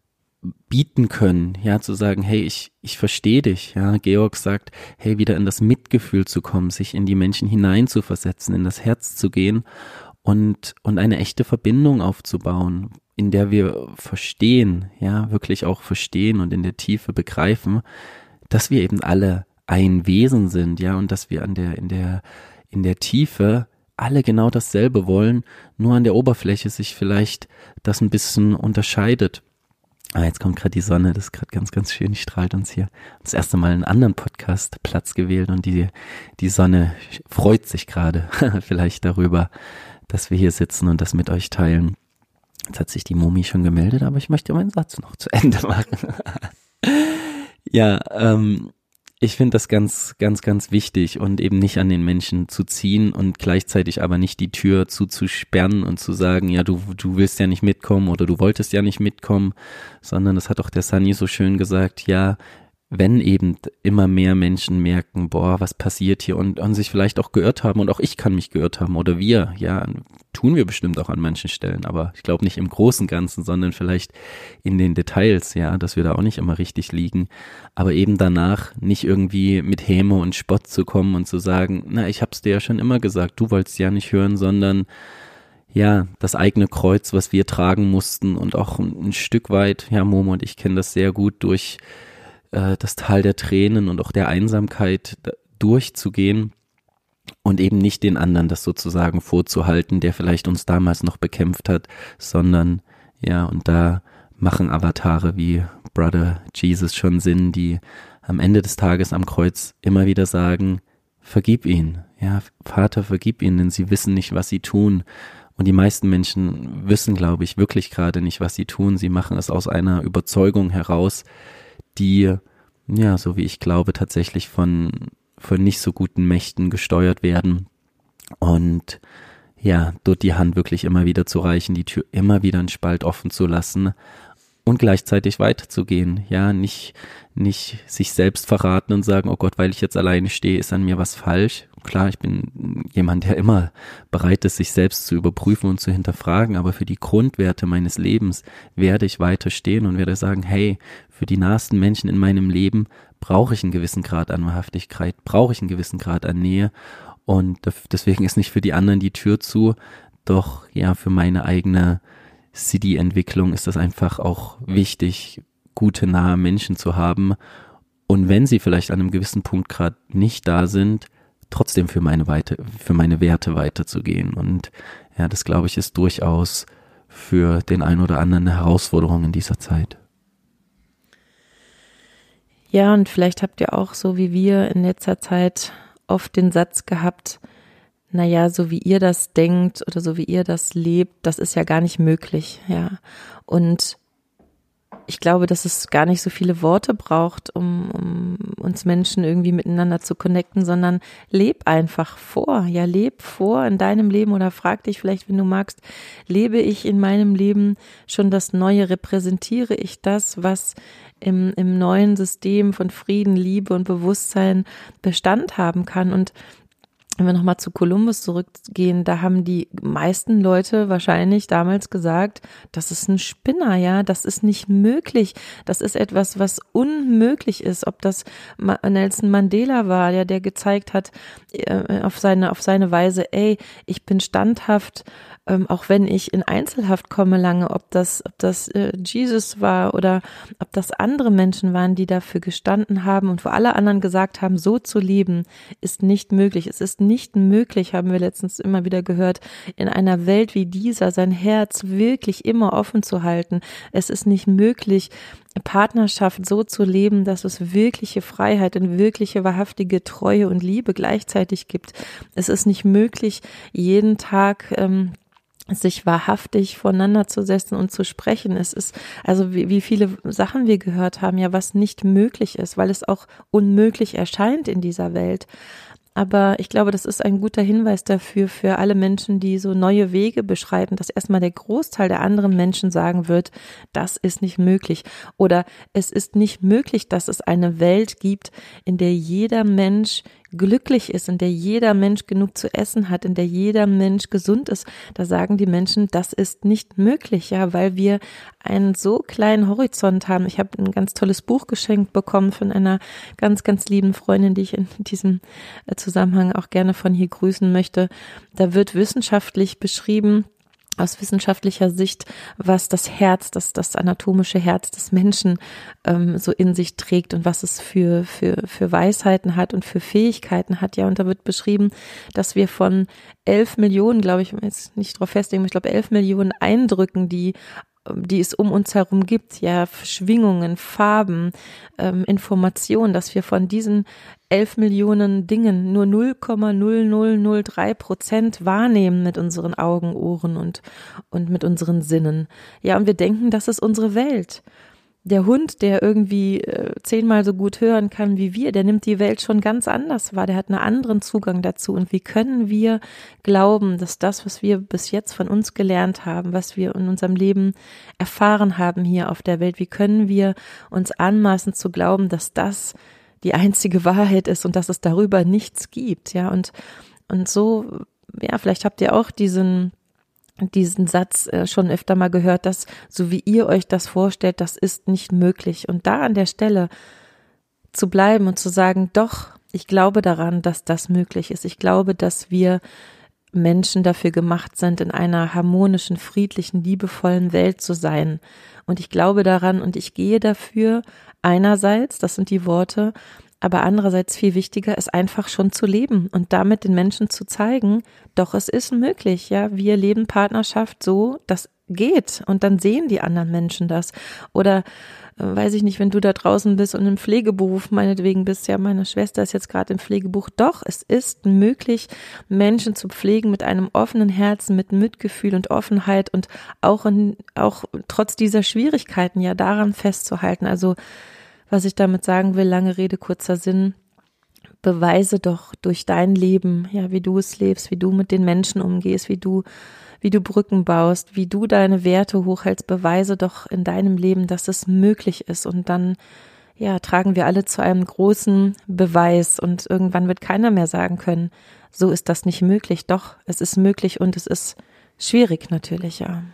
bieten können, ja, zu sagen, hey, ich, ich verstehe dich, ja. Georg sagt, hey, wieder in das Mitgefühl zu kommen, sich in die Menschen hineinzuversetzen, in das Herz zu gehen und, und eine echte Verbindung aufzubauen, in der wir verstehen, ja, wirklich auch verstehen und in der Tiefe begreifen, dass wir eben alle ein Wesen sind, ja, und dass wir an der, in der, in der Tiefe alle genau dasselbe wollen, nur an der Oberfläche sich vielleicht das ein bisschen unterscheidet. Ah, jetzt kommt gerade die Sonne, das ist gerade ganz, ganz schön, die strahlt uns hier. Das erste Mal einen anderen Podcast Platz gewählt und die, die Sonne freut sich gerade vielleicht darüber, dass wir hier sitzen und das mit euch teilen. Jetzt hat sich die Momi schon gemeldet, aber ich möchte meinen Satz noch zu Ende machen. Ja, ähm, ich finde das ganz, ganz, ganz wichtig und eben nicht an den Menschen zu ziehen und gleichzeitig aber nicht die Tür zuzusperren und zu sagen, ja, du, du willst ja nicht mitkommen oder du wolltest ja nicht mitkommen, sondern das hat auch der Sunny so schön gesagt, ja, wenn eben immer mehr Menschen merken, boah, was passiert hier und, und sich vielleicht auch geirrt haben und auch ich kann mich geirrt haben oder wir, ja, tun wir bestimmt auch an manchen Stellen, aber ich glaube nicht im großen Ganzen, sondern vielleicht in den Details, ja, dass wir da auch nicht immer richtig liegen, aber eben danach nicht irgendwie mit Häme und Spott zu kommen und zu sagen, na, ich hab's dir ja schon immer gesagt, du wolltest ja nicht hören, sondern ja, das eigene Kreuz, was wir tragen mussten und auch ein, ein Stück weit, ja, Momo und ich kennen das sehr gut, durch das Tal der Tränen und auch der Einsamkeit durchzugehen und eben nicht den anderen das sozusagen vorzuhalten, der vielleicht uns damals noch bekämpft hat, sondern ja, und da machen Avatare wie Brother Jesus schon Sinn, die am Ende des Tages am Kreuz immer wieder sagen, vergib ihnen, ja, Vater, vergib ihnen, denn sie wissen nicht, was sie tun. Und die meisten Menschen wissen, glaube ich, wirklich gerade nicht, was sie tun. Sie machen es aus einer Überzeugung heraus, die, ja, so wie ich glaube, tatsächlich von, von nicht so guten Mächten gesteuert werden. Und ja, dort die Hand wirklich immer wieder zu reichen, die Tür immer wieder einen Spalt offen zu lassen und gleichzeitig weiterzugehen. Ja, nicht, nicht sich selbst verraten und sagen, oh Gott, weil ich jetzt alleine stehe, ist an mir was falsch. Klar, ich bin jemand, der immer bereit ist, sich selbst zu überprüfen und zu hinterfragen, aber für die Grundwerte meines Lebens werde ich weiter stehen und werde sagen, hey, für die nahesten Menschen in meinem Leben brauche ich einen gewissen Grad an Wahrhaftigkeit, brauche ich einen gewissen Grad an Nähe und deswegen ist nicht für die anderen die Tür zu, doch ja, für meine eigene C D-Entwicklung ist das einfach auch wichtig, gute, nahe Menschen zu haben und wenn sie vielleicht an einem gewissen Punkt gerade nicht da sind, trotzdem für meine Weite, für meine Werte weiterzugehen. Und ja, das glaube ich ist durchaus für den einen oder anderen eine Herausforderung in dieser Zeit. Ja, und vielleicht habt ihr auch, so wie wir in letzter Zeit, oft den Satz gehabt, naja, so wie ihr das denkt oder so wie ihr das lebt, das ist ja gar nicht möglich, ja. Und ich glaube, dass es gar nicht so viele Worte braucht, um, um uns Menschen irgendwie miteinander zu connecten, sondern leb einfach vor. Ja, leb vor in deinem Leben oder frag dich vielleicht, wenn du magst, lebe ich in meinem Leben schon das Neue? Repräsentiere ich das, was im, im neuen System von Frieden, Liebe und Bewusstsein Bestand haben kann? Und wenn wir nochmal zu Kolumbus zurückgehen, da haben die meisten Leute wahrscheinlich damals gesagt, das ist ein Spinner, ja, das ist nicht möglich, das ist etwas, was unmöglich ist. Ob das Nelson Mandela war, ja, der gezeigt hat äh, auf seine auf seine Weise, ey, ich bin standhaft, ähm, auch wenn ich in Einzelhaft komme lange, ob das ob das äh, Jesus war oder ob das andere Menschen waren, die dafür gestanden haben und wo alle anderen gesagt haben, so zu leben ist nicht möglich. Es ist nicht möglich, haben wir letztens immer wieder gehört, in einer Welt wie dieser sein Herz wirklich immer offen zu halten. Es ist nicht möglich, Partnerschaft so zu leben, dass es wirkliche Freiheit und wirkliche wahrhaftige Treue und Liebe gleichzeitig gibt. Es ist nicht möglich, jeden Tag ähm, sich wahrhaftig voneinander zu setzen und zu sprechen. Es ist, also wie, wie viele Sachen wir gehört haben, ja, was nicht möglich ist, weil es auch unmöglich erscheint in dieser Welt. Aber ich glaube, das ist ein guter Hinweis dafür, für alle Menschen, die so neue Wege beschreiten, dass erstmal der Großteil der anderen Menschen sagen wird, das ist nicht möglich. Oder es ist nicht möglich, dass es eine Welt gibt, in der jeder Mensch glücklich ist, in der jeder Mensch genug zu essen hat, in der jeder Mensch gesund ist. Da sagen die Menschen, das ist nicht möglich, ja, weil wir einen so kleinen Horizont haben. Ich habe ein ganz tolles Buch geschenkt bekommen von einer ganz, ganz lieben Freundin, die ich in diesem Zusammenhang auch gerne von hier grüßen möchte. Da wird wissenschaftlich beschrieben, aus wissenschaftlicher Sicht, was das Herz, das, das anatomische Herz des Menschen ähm, so in sich trägt und was es für, für, für Weisheiten hat und für Fähigkeiten hat. Ja, und da wird beschrieben, dass wir von elf Millionen, glaube ich, jetzt nicht drauf festlegen, ich glaube elf Millionen Eindrücken, die die es um uns herum gibt, ja, Schwingungen, Farben, ähm, Informationen, dass wir von diesen elf Millionen Dingen nur null Komma null null null drei Prozent wahrnehmen mit unseren Augen, Ohren und, und mit unseren Sinnen. Ja, und wir denken, das ist unsere Welt. Der Hund, der irgendwie äh, zehnmal so gut hören kann wie wir, der nimmt die Welt schon ganz anders wahr, der hat einen anderen Zugang dazu. Und wie können wir glauben, dass das, was wir bis jetzt von uns gelernt haben, was wir in unserem Leben erfahren haben hier auf der Welt, wie können wir uns anmaßen zu glauben, dass das die einzige Wahrheit ist und dass es darüber nichts gibt, ja, und, und so, ja, vielleicht habt ihr auch diesen diesen Satz äh, schon öfter mal gehört, dass so wie ihr euch das vorstellt, das ist nicht möglich. Und da an der Stelle zu bleiben und zu sagen, doch, ich glaube daran, dass das möglich ist. Ich glaube, dass wir Menschen dafür gemacht sind, in einer harmonischen, friedlichen, liebevollen Welt zu sein. Und ich glaube daran und ich gehe dafür einerseits, das sind die Worte, aber andererseits viel wichtiger ist einfach schon zu leben und damit den Menschen zu zeigen, doch es ist möglich, ja, wir leben Partnerschaft so, das geht und dann sehen die anderen Menschen das. Oder äh, weiß ich nicht, wenn du da draußen bist und im Pflegeberuf meinetwegen bist, ja, meine Schwester ist jetzt gerade im Pflegebuch, doch, es ist möglich, Menschen zu pflegen mit einem offenen Herzen, mit Mitgefühl und Offenheit und auch, in, auch trotz dieser Schwierigkeiten ja daran festzuhalten. Also was ich damit sagen will, lange Rede, kurzer Sinn, beweise doch durch dein Leben, ja, wie du es lebst, wie du mit den Menschen umgehst, wie du wie du Brücken baust, wie du deine Werte hochhältst, beweise doch in deinem Leben, dass es möglich ist und dann, ja, tragen wir alle zu einem großen Beweis und irgendwann wird keiner mehr sagen können, so ist das nicht möglich. Doch, es ist möglich und es ist schwierig natürlich, ja.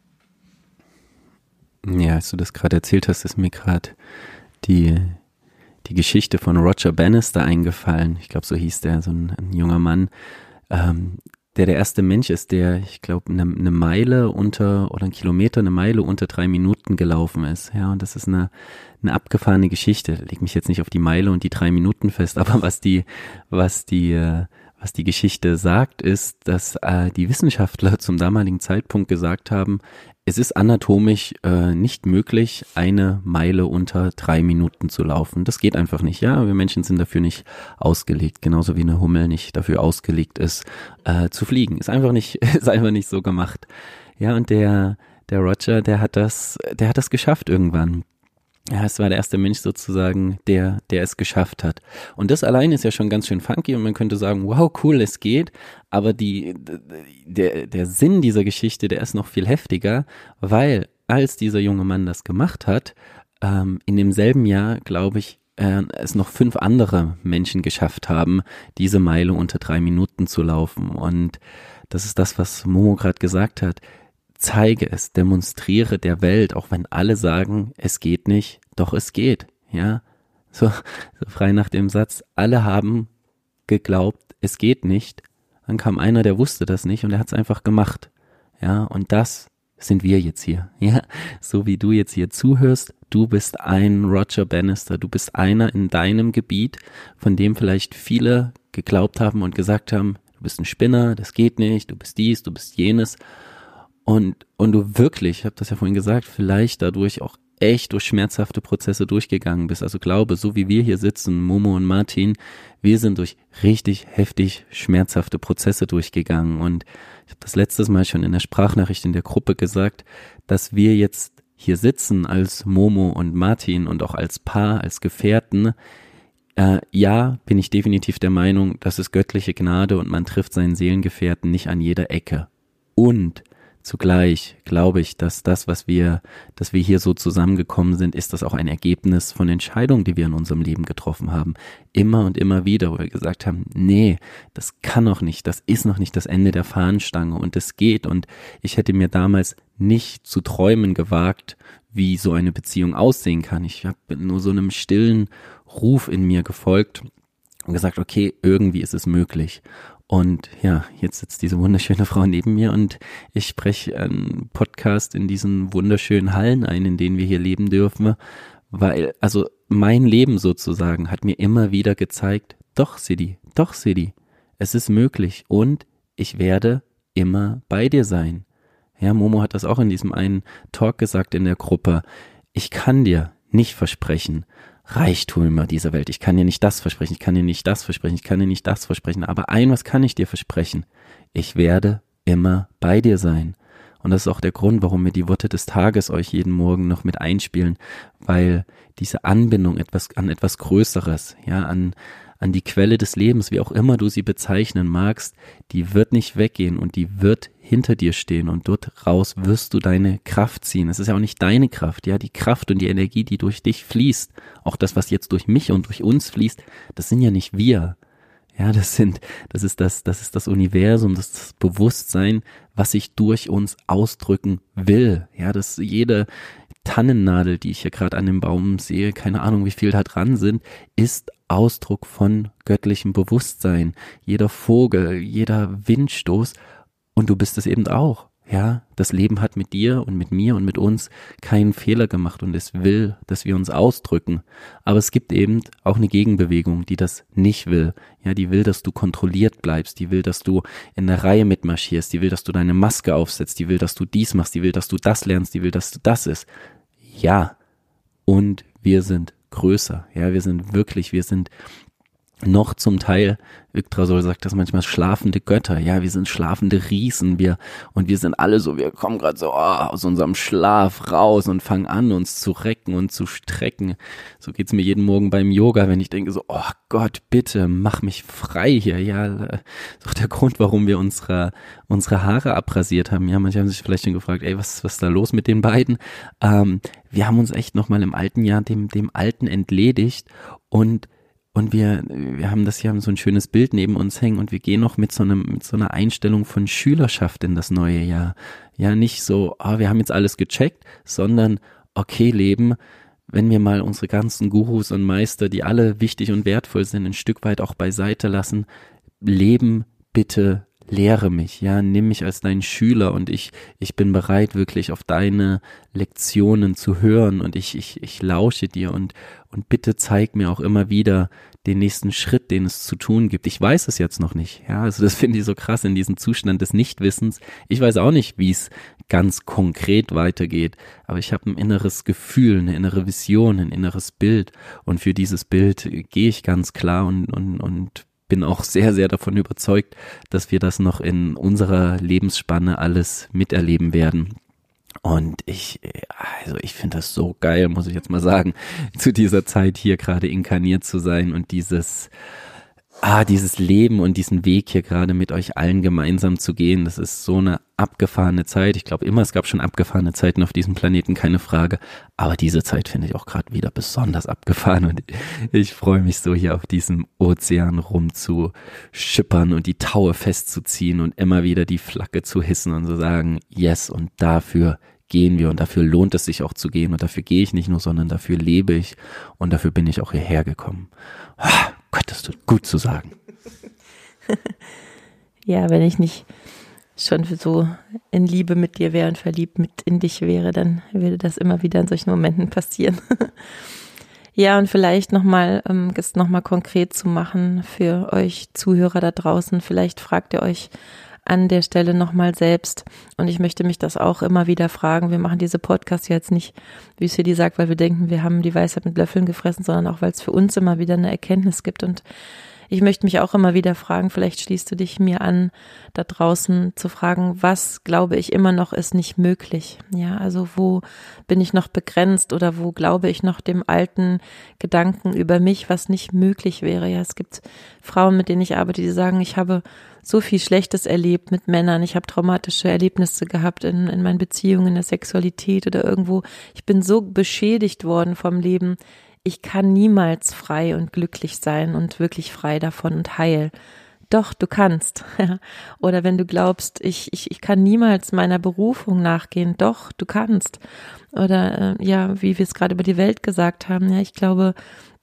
Ja, als du das gerade erzählt hast, ist mir gerade die, die Geschichte von Roger Bannister eingefallen. Ich glaube, so hieß der, so ein, ein junger Mann, ähm, der der erste Mensch ist, der, ich glaube, eine, eine Meile unter, oder einen Kilometer, eine Meile unter drei Minuten gelaufen ist. Ja, und das ist eine, eine abgefahrene Geschichte. Leg mich jetzt nicht auf die Meile und die drei Minuten fest, aber was die, was die, was die Geschichte sagt, ist, dass äh, die Wissenschaftler zum damaligen Zeitpunkt gesagt haben, es ist anatomisch äh, nicht möglich, eine Meile unter drei Minuten zu laufen. Das geht einfach nicht, ja. Wir Menschen sind dafür nicht ausgelegt, genauso wie eine Hummel nicht dafür ausgelegt ist, äh, zu fliegen. Ist einfach nicht, ist einfach nicht so gemacht. Ja, und der, der Roger, der hat das, der hat das geschafft irgendwann. Ja, es war der erste Mensch sozusagen, der, der es geschafft hat. Und das allein ist ja schon ganz schön funky und man könnte sagen, wow, cool, es geht. Aber die, der, der Sinn dieser Geschichte, der ist noch viel heftiger, weil als dieser junge Mann das gemacht hat, ähm, in demselben Jahr, glaube ich, äh, es noch fünf andere Menschen geschafft haben, diese Meile unter drei Minuten zu laufen. Und das ist das, was Momo gerade gesagt hat. Zeige es, demonstriere der Welt, auch wenn alle sagen, es geht nicht, doch es geht, ja, so, so frei nach dem Satz, alle haben geglaubt, es geht nicht, dann kam einer, der wusste das nicht und er hat es einfach gemacht, ja, und das sind wir jetzt hier, ja, so wie du jetzt hier zuhörst, du bist ein Roger Bannister, du bist einer in deinem Gebiet, von dem vielleicht viele geglaubt haben und gesagt haben, du bist ein Spinner, das geht nicht, du bist dies, du bist jenes. Und, und du wirklich, ich habe das ja vorhin gesagt, vielleicht dadurch auch echt durch schmerzhafte Prozesse durchgegangen bist. Also glaube, so wie wir hier sitzen, Momo und Martin, wir sind durch richtig heftig schmerzhafte Prozesse durchgegangen. Und ich habe das letztes Mal schon in der Sprachnachricht in der Gruppe gesagt, dass wir jetzt hier sitzen als Momo und Martin und auch als Paar, als Gefährten. Äh, ja, bin ich definitiv der Meinung, das ist göttliche Gnade und man trifft seinen Seelengefährten nicht an jeder Ecke. Und zugleich glaube ich, dass das, was wir, dass wir hier so zusammengekommen sind, ist das auch ein Ergebnis von Entscheidungen, die wir in unserem Leben getroffen haben. Immer und immer wieder, wo wir gesagt haben, nee, das kann noch nicht, das ist noch nicht das Ende der Fahnenstange und es geht. Und ich hätte mir damals nicht zu träumen gewagt, wie so eine Beziehung aussehen kann. Ich habe nur so einem stillen Ruf in mir gefolgt und gesagt, okay, irgendwie ist es möglich. Und ja, jetzt sitzt diese wunderschöne Frau neben mir und ich spreche einen Podcast in diesen wunderschönen Hallen ein, in denen wir hier leben dürfen, weil, also mein Leben sozusagen hat mir immer wieder gezeigt, doch Sidi, doch Sidi, es ist möglich und ich werde immer bei dir sein. Ja, Momo hat das auch in diesem einen Talk gesagt in der Gruppe, ich kann dir nicht versprechen, Reichtümer dieser Welt. Ich kann dir nicht das versprechen, ich kann dir nicht das versprechen, ich kann dir nicht das versprechen. Aber ein, was kann ich dir versprechen? Ich werde immer bei dir sein. Und das ist auch der Grund, warum wir die Worte des Tages euch jeden Morgen noch mit einspielen, weil diese Anbindung etwas an etwas Größeres, ja, an an die Quelle des Lebens, wie auch immer du sie bezeichnen magst, die wird nicht weggehen und die wird hinter dir stehen und dort raus wirst du deine Kraft ziehen. Es ist ja auch nicht deine Kraft, ja, die Kraft und die Energie, die durch dich fließt, auch das, was jetzt durch mich und durch uns fließt, das sind ja nicht wir. Ja, das sind, das ist das, das ist das Universum, das ist das Bewusstsein, was sich durch uns ausdrücken will. Ja, dass jede Tannennadel, die ich hier gerade an dem Baum sehe, keine Ahnung, wie viel da dran sind, ist Ausdruck von göttlichem Bewusstsein. Jeder Vogel, jeder Windstoß und du bist es eben auch. Ja, das Leben hat mit dir und mit mir und mit uns keinen Fehler gemacht und es will, dass wir uns ausdrücken. Aber es gibt eben auch eine Gegenbewegung, die das nicht will. Ja, die will, dass du kontrolliert bleibst, die will, dass du in der Reihe mitmarschierst, die will, dass du deine Maske aufsetzt, die will, dass du dies machst, die will, dass du das lernst, die will, dass du das ist. Ja, und wir sind größer. Ja, wir sind wirklich, wir sind noch zum Teil, Yggdrasil sagt das manchmal, schlafende Götter, ja, wir sind schlafende Riesen, wir, und wir sind alle so, wir kommen gerade so oh, aus unserem Schlaf raus und fangen an, uns zu recken und zu strecken. So geht's mir jeden Morgen beim Yoga, wenn ich denke so, oh Gott, bitte, mach mich frei hier, ja, das ist doch der Grund, warum wir unsere, unsere Haare abrasiert haben, ja, manche haben sich vielleicht schon gefragt, ey, was, was ist da los mit den beiden? Ähm, wir haben uns echt nochmal im alten Jahr dem, dem Alten entledigt und Und wir, wir haben das hier, haben so ein schönes Bild neben uns hängen und wir gehen noch mit so einem, mit so einer Einstellung von Schülerschaft in das neue Jahr. Ja, nicht so, ah, wir haben jetzt alles gecheckt, sondern, okay, Leben, wenn wir mal unsere ganzen Gurus und Meister, die alle wichtig und wertvoll sind, ein Stück weit auch beiseite lassen, Leben, bitte lehre mich, ja, nimm mich als dein Schüler und ich, ich bin bereit, wirklich auf deine Lektionen zu hören und ich, ich, ich lausche dir und, und bitte zeig mir auch immer wieder den nächsten Schritt, den es zu tun gibt. Ich weiß es jetzt noch nicht, ja, also das finde ich so krass in diesem Zustand des Nichtwissens. Ich weiß auch nicht, wie es ganz konkret weitergeht, aber ich habe ein inneres Gefühl, eine innere Vision, ein inneres Bild und für dieses Bild gehe ich ganz klar und, und, und bin auch sehr, sehr davon überzeugt, dass wir das noch in unserer Lebensspanne alles miterleben werden. Und ich, also ich finde das so geil, muss ich jetzt mal sagen, zu dieser Zeit hier gerade inkarniert zu sein und dieses, ah, dieses Leben und diesen Weg hier gerade mit euch allen gemeinsam zu gehen. Das ist so eine abgefahrene Zeit. Ich glaube immer, es gab schon abgefahrene Zeiten auf diesem Planeten, keine Frage. Aber diese Zeit finde ich auch gerade wieder besonders abgefahren und ich freue mich so, hier auf diesem Ozean rumzuschippern und die Taue festzuziehen und immer wieder die Flagge zu hissen und zu sagen, yes, und dafür gehen wir und dafür lohnt es sich auch zu gehen und dafür gehe ich nicht nur, sondern dafür lebe ich und dafür bin ich auch hierher gekommen. Oh Gott, das tut gut zu sagen. Ja, wenn ich nicht schon so in Liebe mit dir wäre und verliebt mit in dich wäre, dann würde das immer wieder in solchen Momenten passieren. Ja, und vielleicht nochmal, ähm, es nochmal konkret zu machen für euch Zuhörer da draußen. Vielleicht fragt ihr euch an der Stelle nochmal selbst. Und ich möchte mich das auch immer wieder fragen. Wir machen diese Podcasts jetzt nicht, wie es die sagt, weil wir denken, wir haben die Weisheit mit Löffeln gefressen, sondern auch, weil es für uns immer wieder eine Erkenntnis gibt. Und ich möchte mich auch immer wieder fragen, vielleicht schließt du dich mir an, da draußen zu fragen, was glaube ich immer noch ist nicht möglich? Ja, also wo bin ich noch begrenzt oder wo glaube ich noch dem alten Gedanken über mich, was nicht möglich wäre? Ja, es gibt Frauen, mit denen ich arbeite, die sagen, ich habe so viel Schlechtes erlebt mit Männern, ich habe traumatische Erlebnisse gehabt in, in meinen Beziehungen, in der Sexualität oder irgendwo. Ich bin so beschädigt worden vom Leben, ich kann niemals frei und glücklich sein und wirklich frei davon und heil. Doch, du kannst. Oder wenn du glaubst, ich, ich, ich kann niemals meiner Berufung nachgehen. Doch, du kannst. Oder äh, ja, wie wir es gerade über die Welt gesagt haben, ja, ich glaube,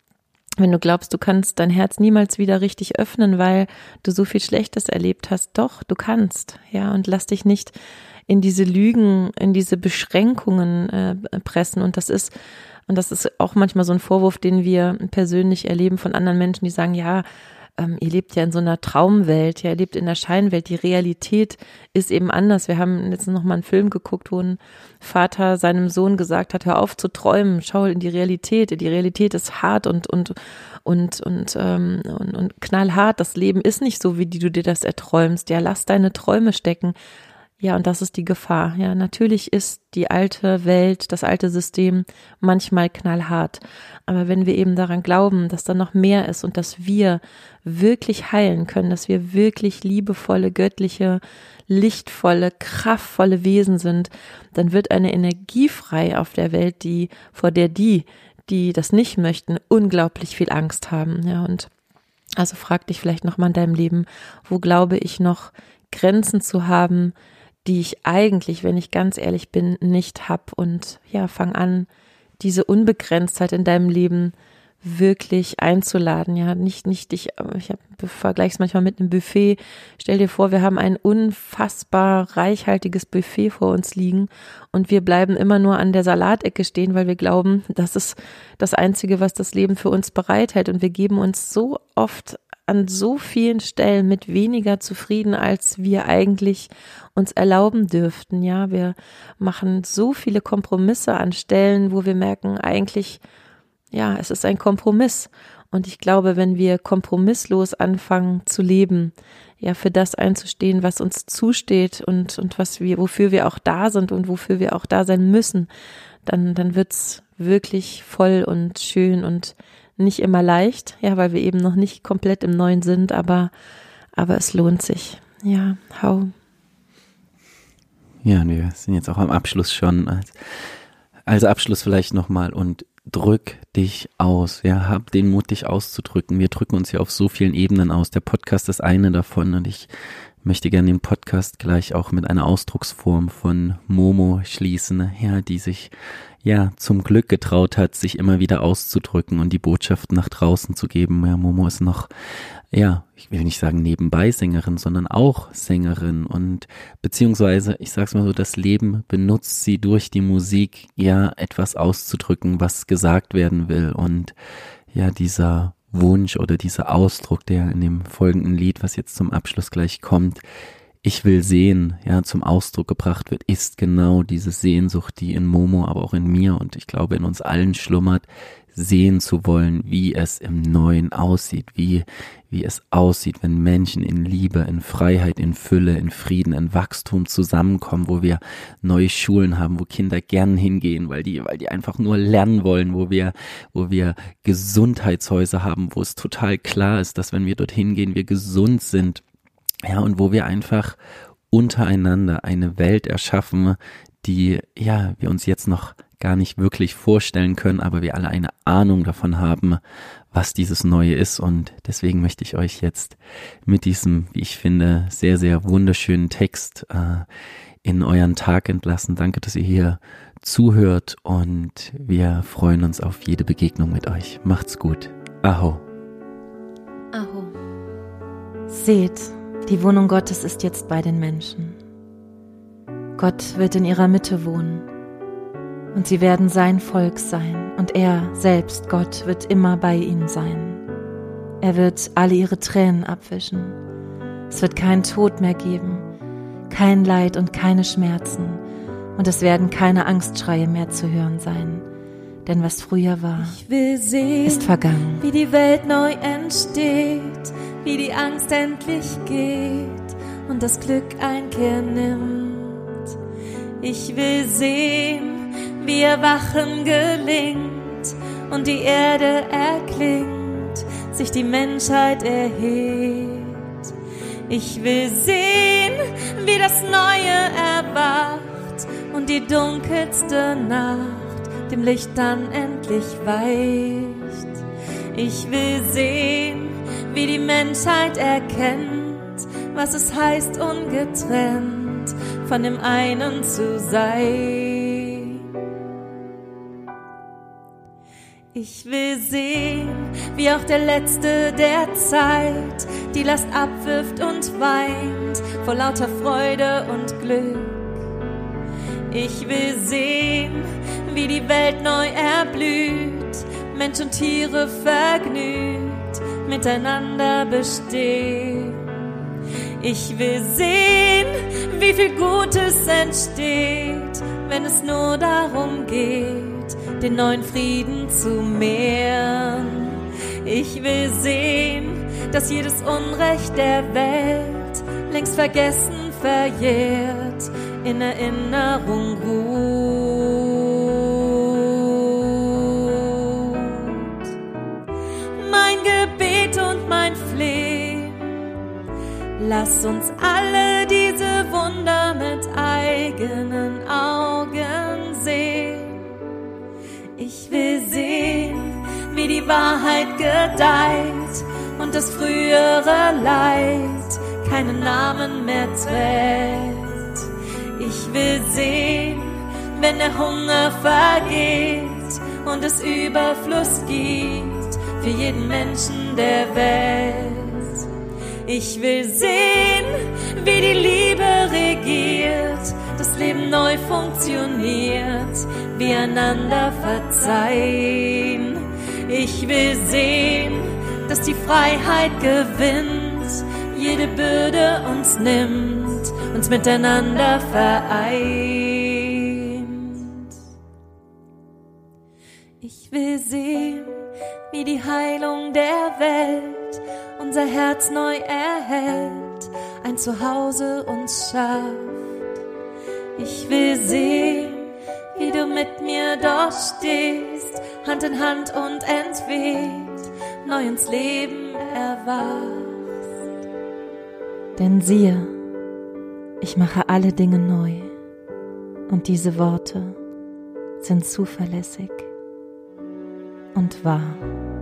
wenn du glaubst, du kannst dein Herz niemals wieder richtig öffnen, weil du so viel Schlechtes erlebt hast, doch, du kannst. Ja, und lass dich nicht in diese Lügen, in diese Beschränkungen äh, pressen. Und das ist Und das ist auch manchmal so ein Vorwurf, den wir persönlich erleben von anderen Menschen, die sagen, ja, ähm, ihr lebt ja in so einer Traumwelt, ja, ihr lebt in der Scheinwelt, die Realität ist eben anders. Wir haben jetzt noch mal einen Film geguckt, wo ein Vater seinem Sohn gesagt hat, hör auf zu träumen, schau in die Realität. Die Realität ist hart und und und und, ähm, und, und knallhart. Das Leben ist nicht so, wie du dir das erträumst. Ja, lass deine Träume stecken. Ja, und das ist die Gefahr. Ja, natürlich ist die alte Welt, das alte System manchmal knallhart. Aber wenn wir eben daran glauben, dass da noch mehr ist und dass wir wirklich heilen können, dass wir wirklich liebevolle, göttliche, lichtvolle, kraftvolle Wesen sind, dann wird eine Energie frei auf der Welt, die, vor der die, die das nicht möchten, unglaublich viel Angst haben. Ja, und also frag dich vielleicht nochmal in deinem Leben, wo glaube ich noch Grenzen zu haben, die ich eigentlich, wenn ich ganz ehrlich bin, nicht hab. Und ja, fang an, diese Unbegrenztheit in deinem Leben wirklich einzuladen, ja, nicht, nicht dich, ich vergleiche es manchmal mit einem Buffet. Stell dir vor, wir haben ein unfassbar reichhaltiges Buffet vor uns liegen und wir bleiben immer nur an der Salatecke stehen, weil wir glauben, das ist das Einzige, was das Leben für uns bereithält, und wir geben uns so oft an so vielen Stellen mit weniger zufrieden, als wir eigentlich uns erlauben dürften, ja, wir machen so viele Kompromisse an Stellen, wo wir merken, eigentlich, ja, es ist ein Kompromiss. Und ich glaube, wenn wir kompromisslos anfangen zu leben, ja, für das einzustehen, was uns zusteht und, und was wir, wofür wir auch da sind und wofür wir auch da sein müssen, dann, dann wird's wirklich voll und schön und nicht immer leicht, ja, weil wir eben noch nicht komplett im Neuen sind, aber, aber es lohnt sich. Ja, hau. Ja, wir sind jetzt auch am Abschluss schon. Als, als Abschluss vielleicht nochmal und drück dich aus, ja, hab den Mut, dich auszudrücken. Wir drücken uns ja auf so vielen Ebenen aus. Der Podcast ist eine davon, und ich möchte gerne den Podcast gleich auch mit einer Ausdrucksform von Momo schließen, ja, die sich ja zum Glück getraut hat, sich immer wieder auszudrücken und die Botschaft nach draußen zu geben. Ja, Momo ist noch, ja, ich will nicht sagen nebenbei Sängerin, sondern auch Sängerin, und beziehungsweise, ich sag's mal so, das Leben benutzt sie durch die Musik, ja, etwas auszudrücken, was gesagt werden will, und ja, dieser Wunsch oder dieser Ausdruck, der in dem folgenden Lied, was jetzt zum Abschluss gleich kommt, ich will sehen, ja, zum Ausdruck gebracht wird, ist genau diese Sehnsucht, die in Momo, aber auch in mir und ich glaube in uns allen schlummert, sehen zu wollen, wie es im Neuen aussieht, wie, wie es aussieht, wenn Menschen in Liebe, in Freiheit, in Fülle, in Frieden, in Wachstum zusammenkommen, wo wir neue Schulen haben, wo Kinder gern hingehen, weil die, weil die einfach nur lernen wollen, wo wir, wo wir Gesundheitshäuser haben, wo es total klar ist, dass wenn wir dorthin gehen, wir gesund sind. Ja, und wo wir einfach untereinander eine Welt erschaffen, die, ja, wir uns jetzt noch gar nicht wirklich vorstellen können, aber wir alle eine Ahnung davon haben, was dieses Neue ist. Und deswegen möchte ich euch jetzt mit diesem, wie ich finde, sehr, sehr wunderschönen Text äh, in euren Tag entlassen. Danke, dass ihr hier zuhört, und wir freuen uns auf jede Begegnung mit euch. Macht's gut. Aho. Aho. Seht, die Wohnung Gottes ist jetzt bei den Menschen. Gott wird in ihrer Mitte wohnen, und sie werden sein Volk sein, und er selbst, Gott, wird immer bei ihnen sein. Er wird alle ihre Tränen abwischen. Es wird keinen Tod mehr geben, kein Leid und keine Schmerzen, und es werden keine Angstschreie mehr zu hören sein. Denn was früher war, ich will sehen, ist vergangen. Wie die Welt neu entsteht, wie die Angst endlich geht und das Glück Einkehr nimmt. Ich will sehen, wie Erwachen gelingt und die Erde erklingt, sich die Menschheit erhebt. Ich will sehen, wie das Neue erwacht und die dunkelste Nacht dem Licht dann endlich weicht. Ich will sehen, wie die Menschheit erkennt, was es heißt, ungetrennt von dem einen zu sein. Ich will sehen, wie auch der Letzte der Zeit die Last abwirft und weint vor lauter Freude und Glück. Ich will sehen, wie die Welt neu erblüht, Mensch und Tiere vergnügt miteinander bestehen. Ich will sehen, wie viel Gutes entsteht, wenn es nur darum geht, den neuen Frieden zu mehren. Ich will sehen, dass jedes Unrecht der Welt längst vergessen, verjährt, in Erinnerung ruht. Mein Gebet und mein Flehen, lass uns alle diese Wunder mit eigenen Augen sehen. Ich will sehen, wie die Wahrheit gedeiht und das frühere Leid keinen Namen mehr trägt. Ich will sehen, wenn der Hunger vergeht und es Überfluss gibt, für jeden Menschen der Welt. Ich will sehen, wie die Liebe regiert, das Leben neu funktioniert, wir einander verzeihen. Ich will sehen, dass die Freiheit gewinnt, jede Bürde uns nimmt, uns miteinander vereint. Ich will sehen, wie die Heilung der Welt unser Herz neu erhält, ein Zuhause uns schafft. Ich will sehen, wie du mit mir dort stehst, Hand in Hand und entweht, neu ins Leben erwachst. Denn siehe, ich mache alle Dinge neu, und diese Worte sind zuverlässig und wahr.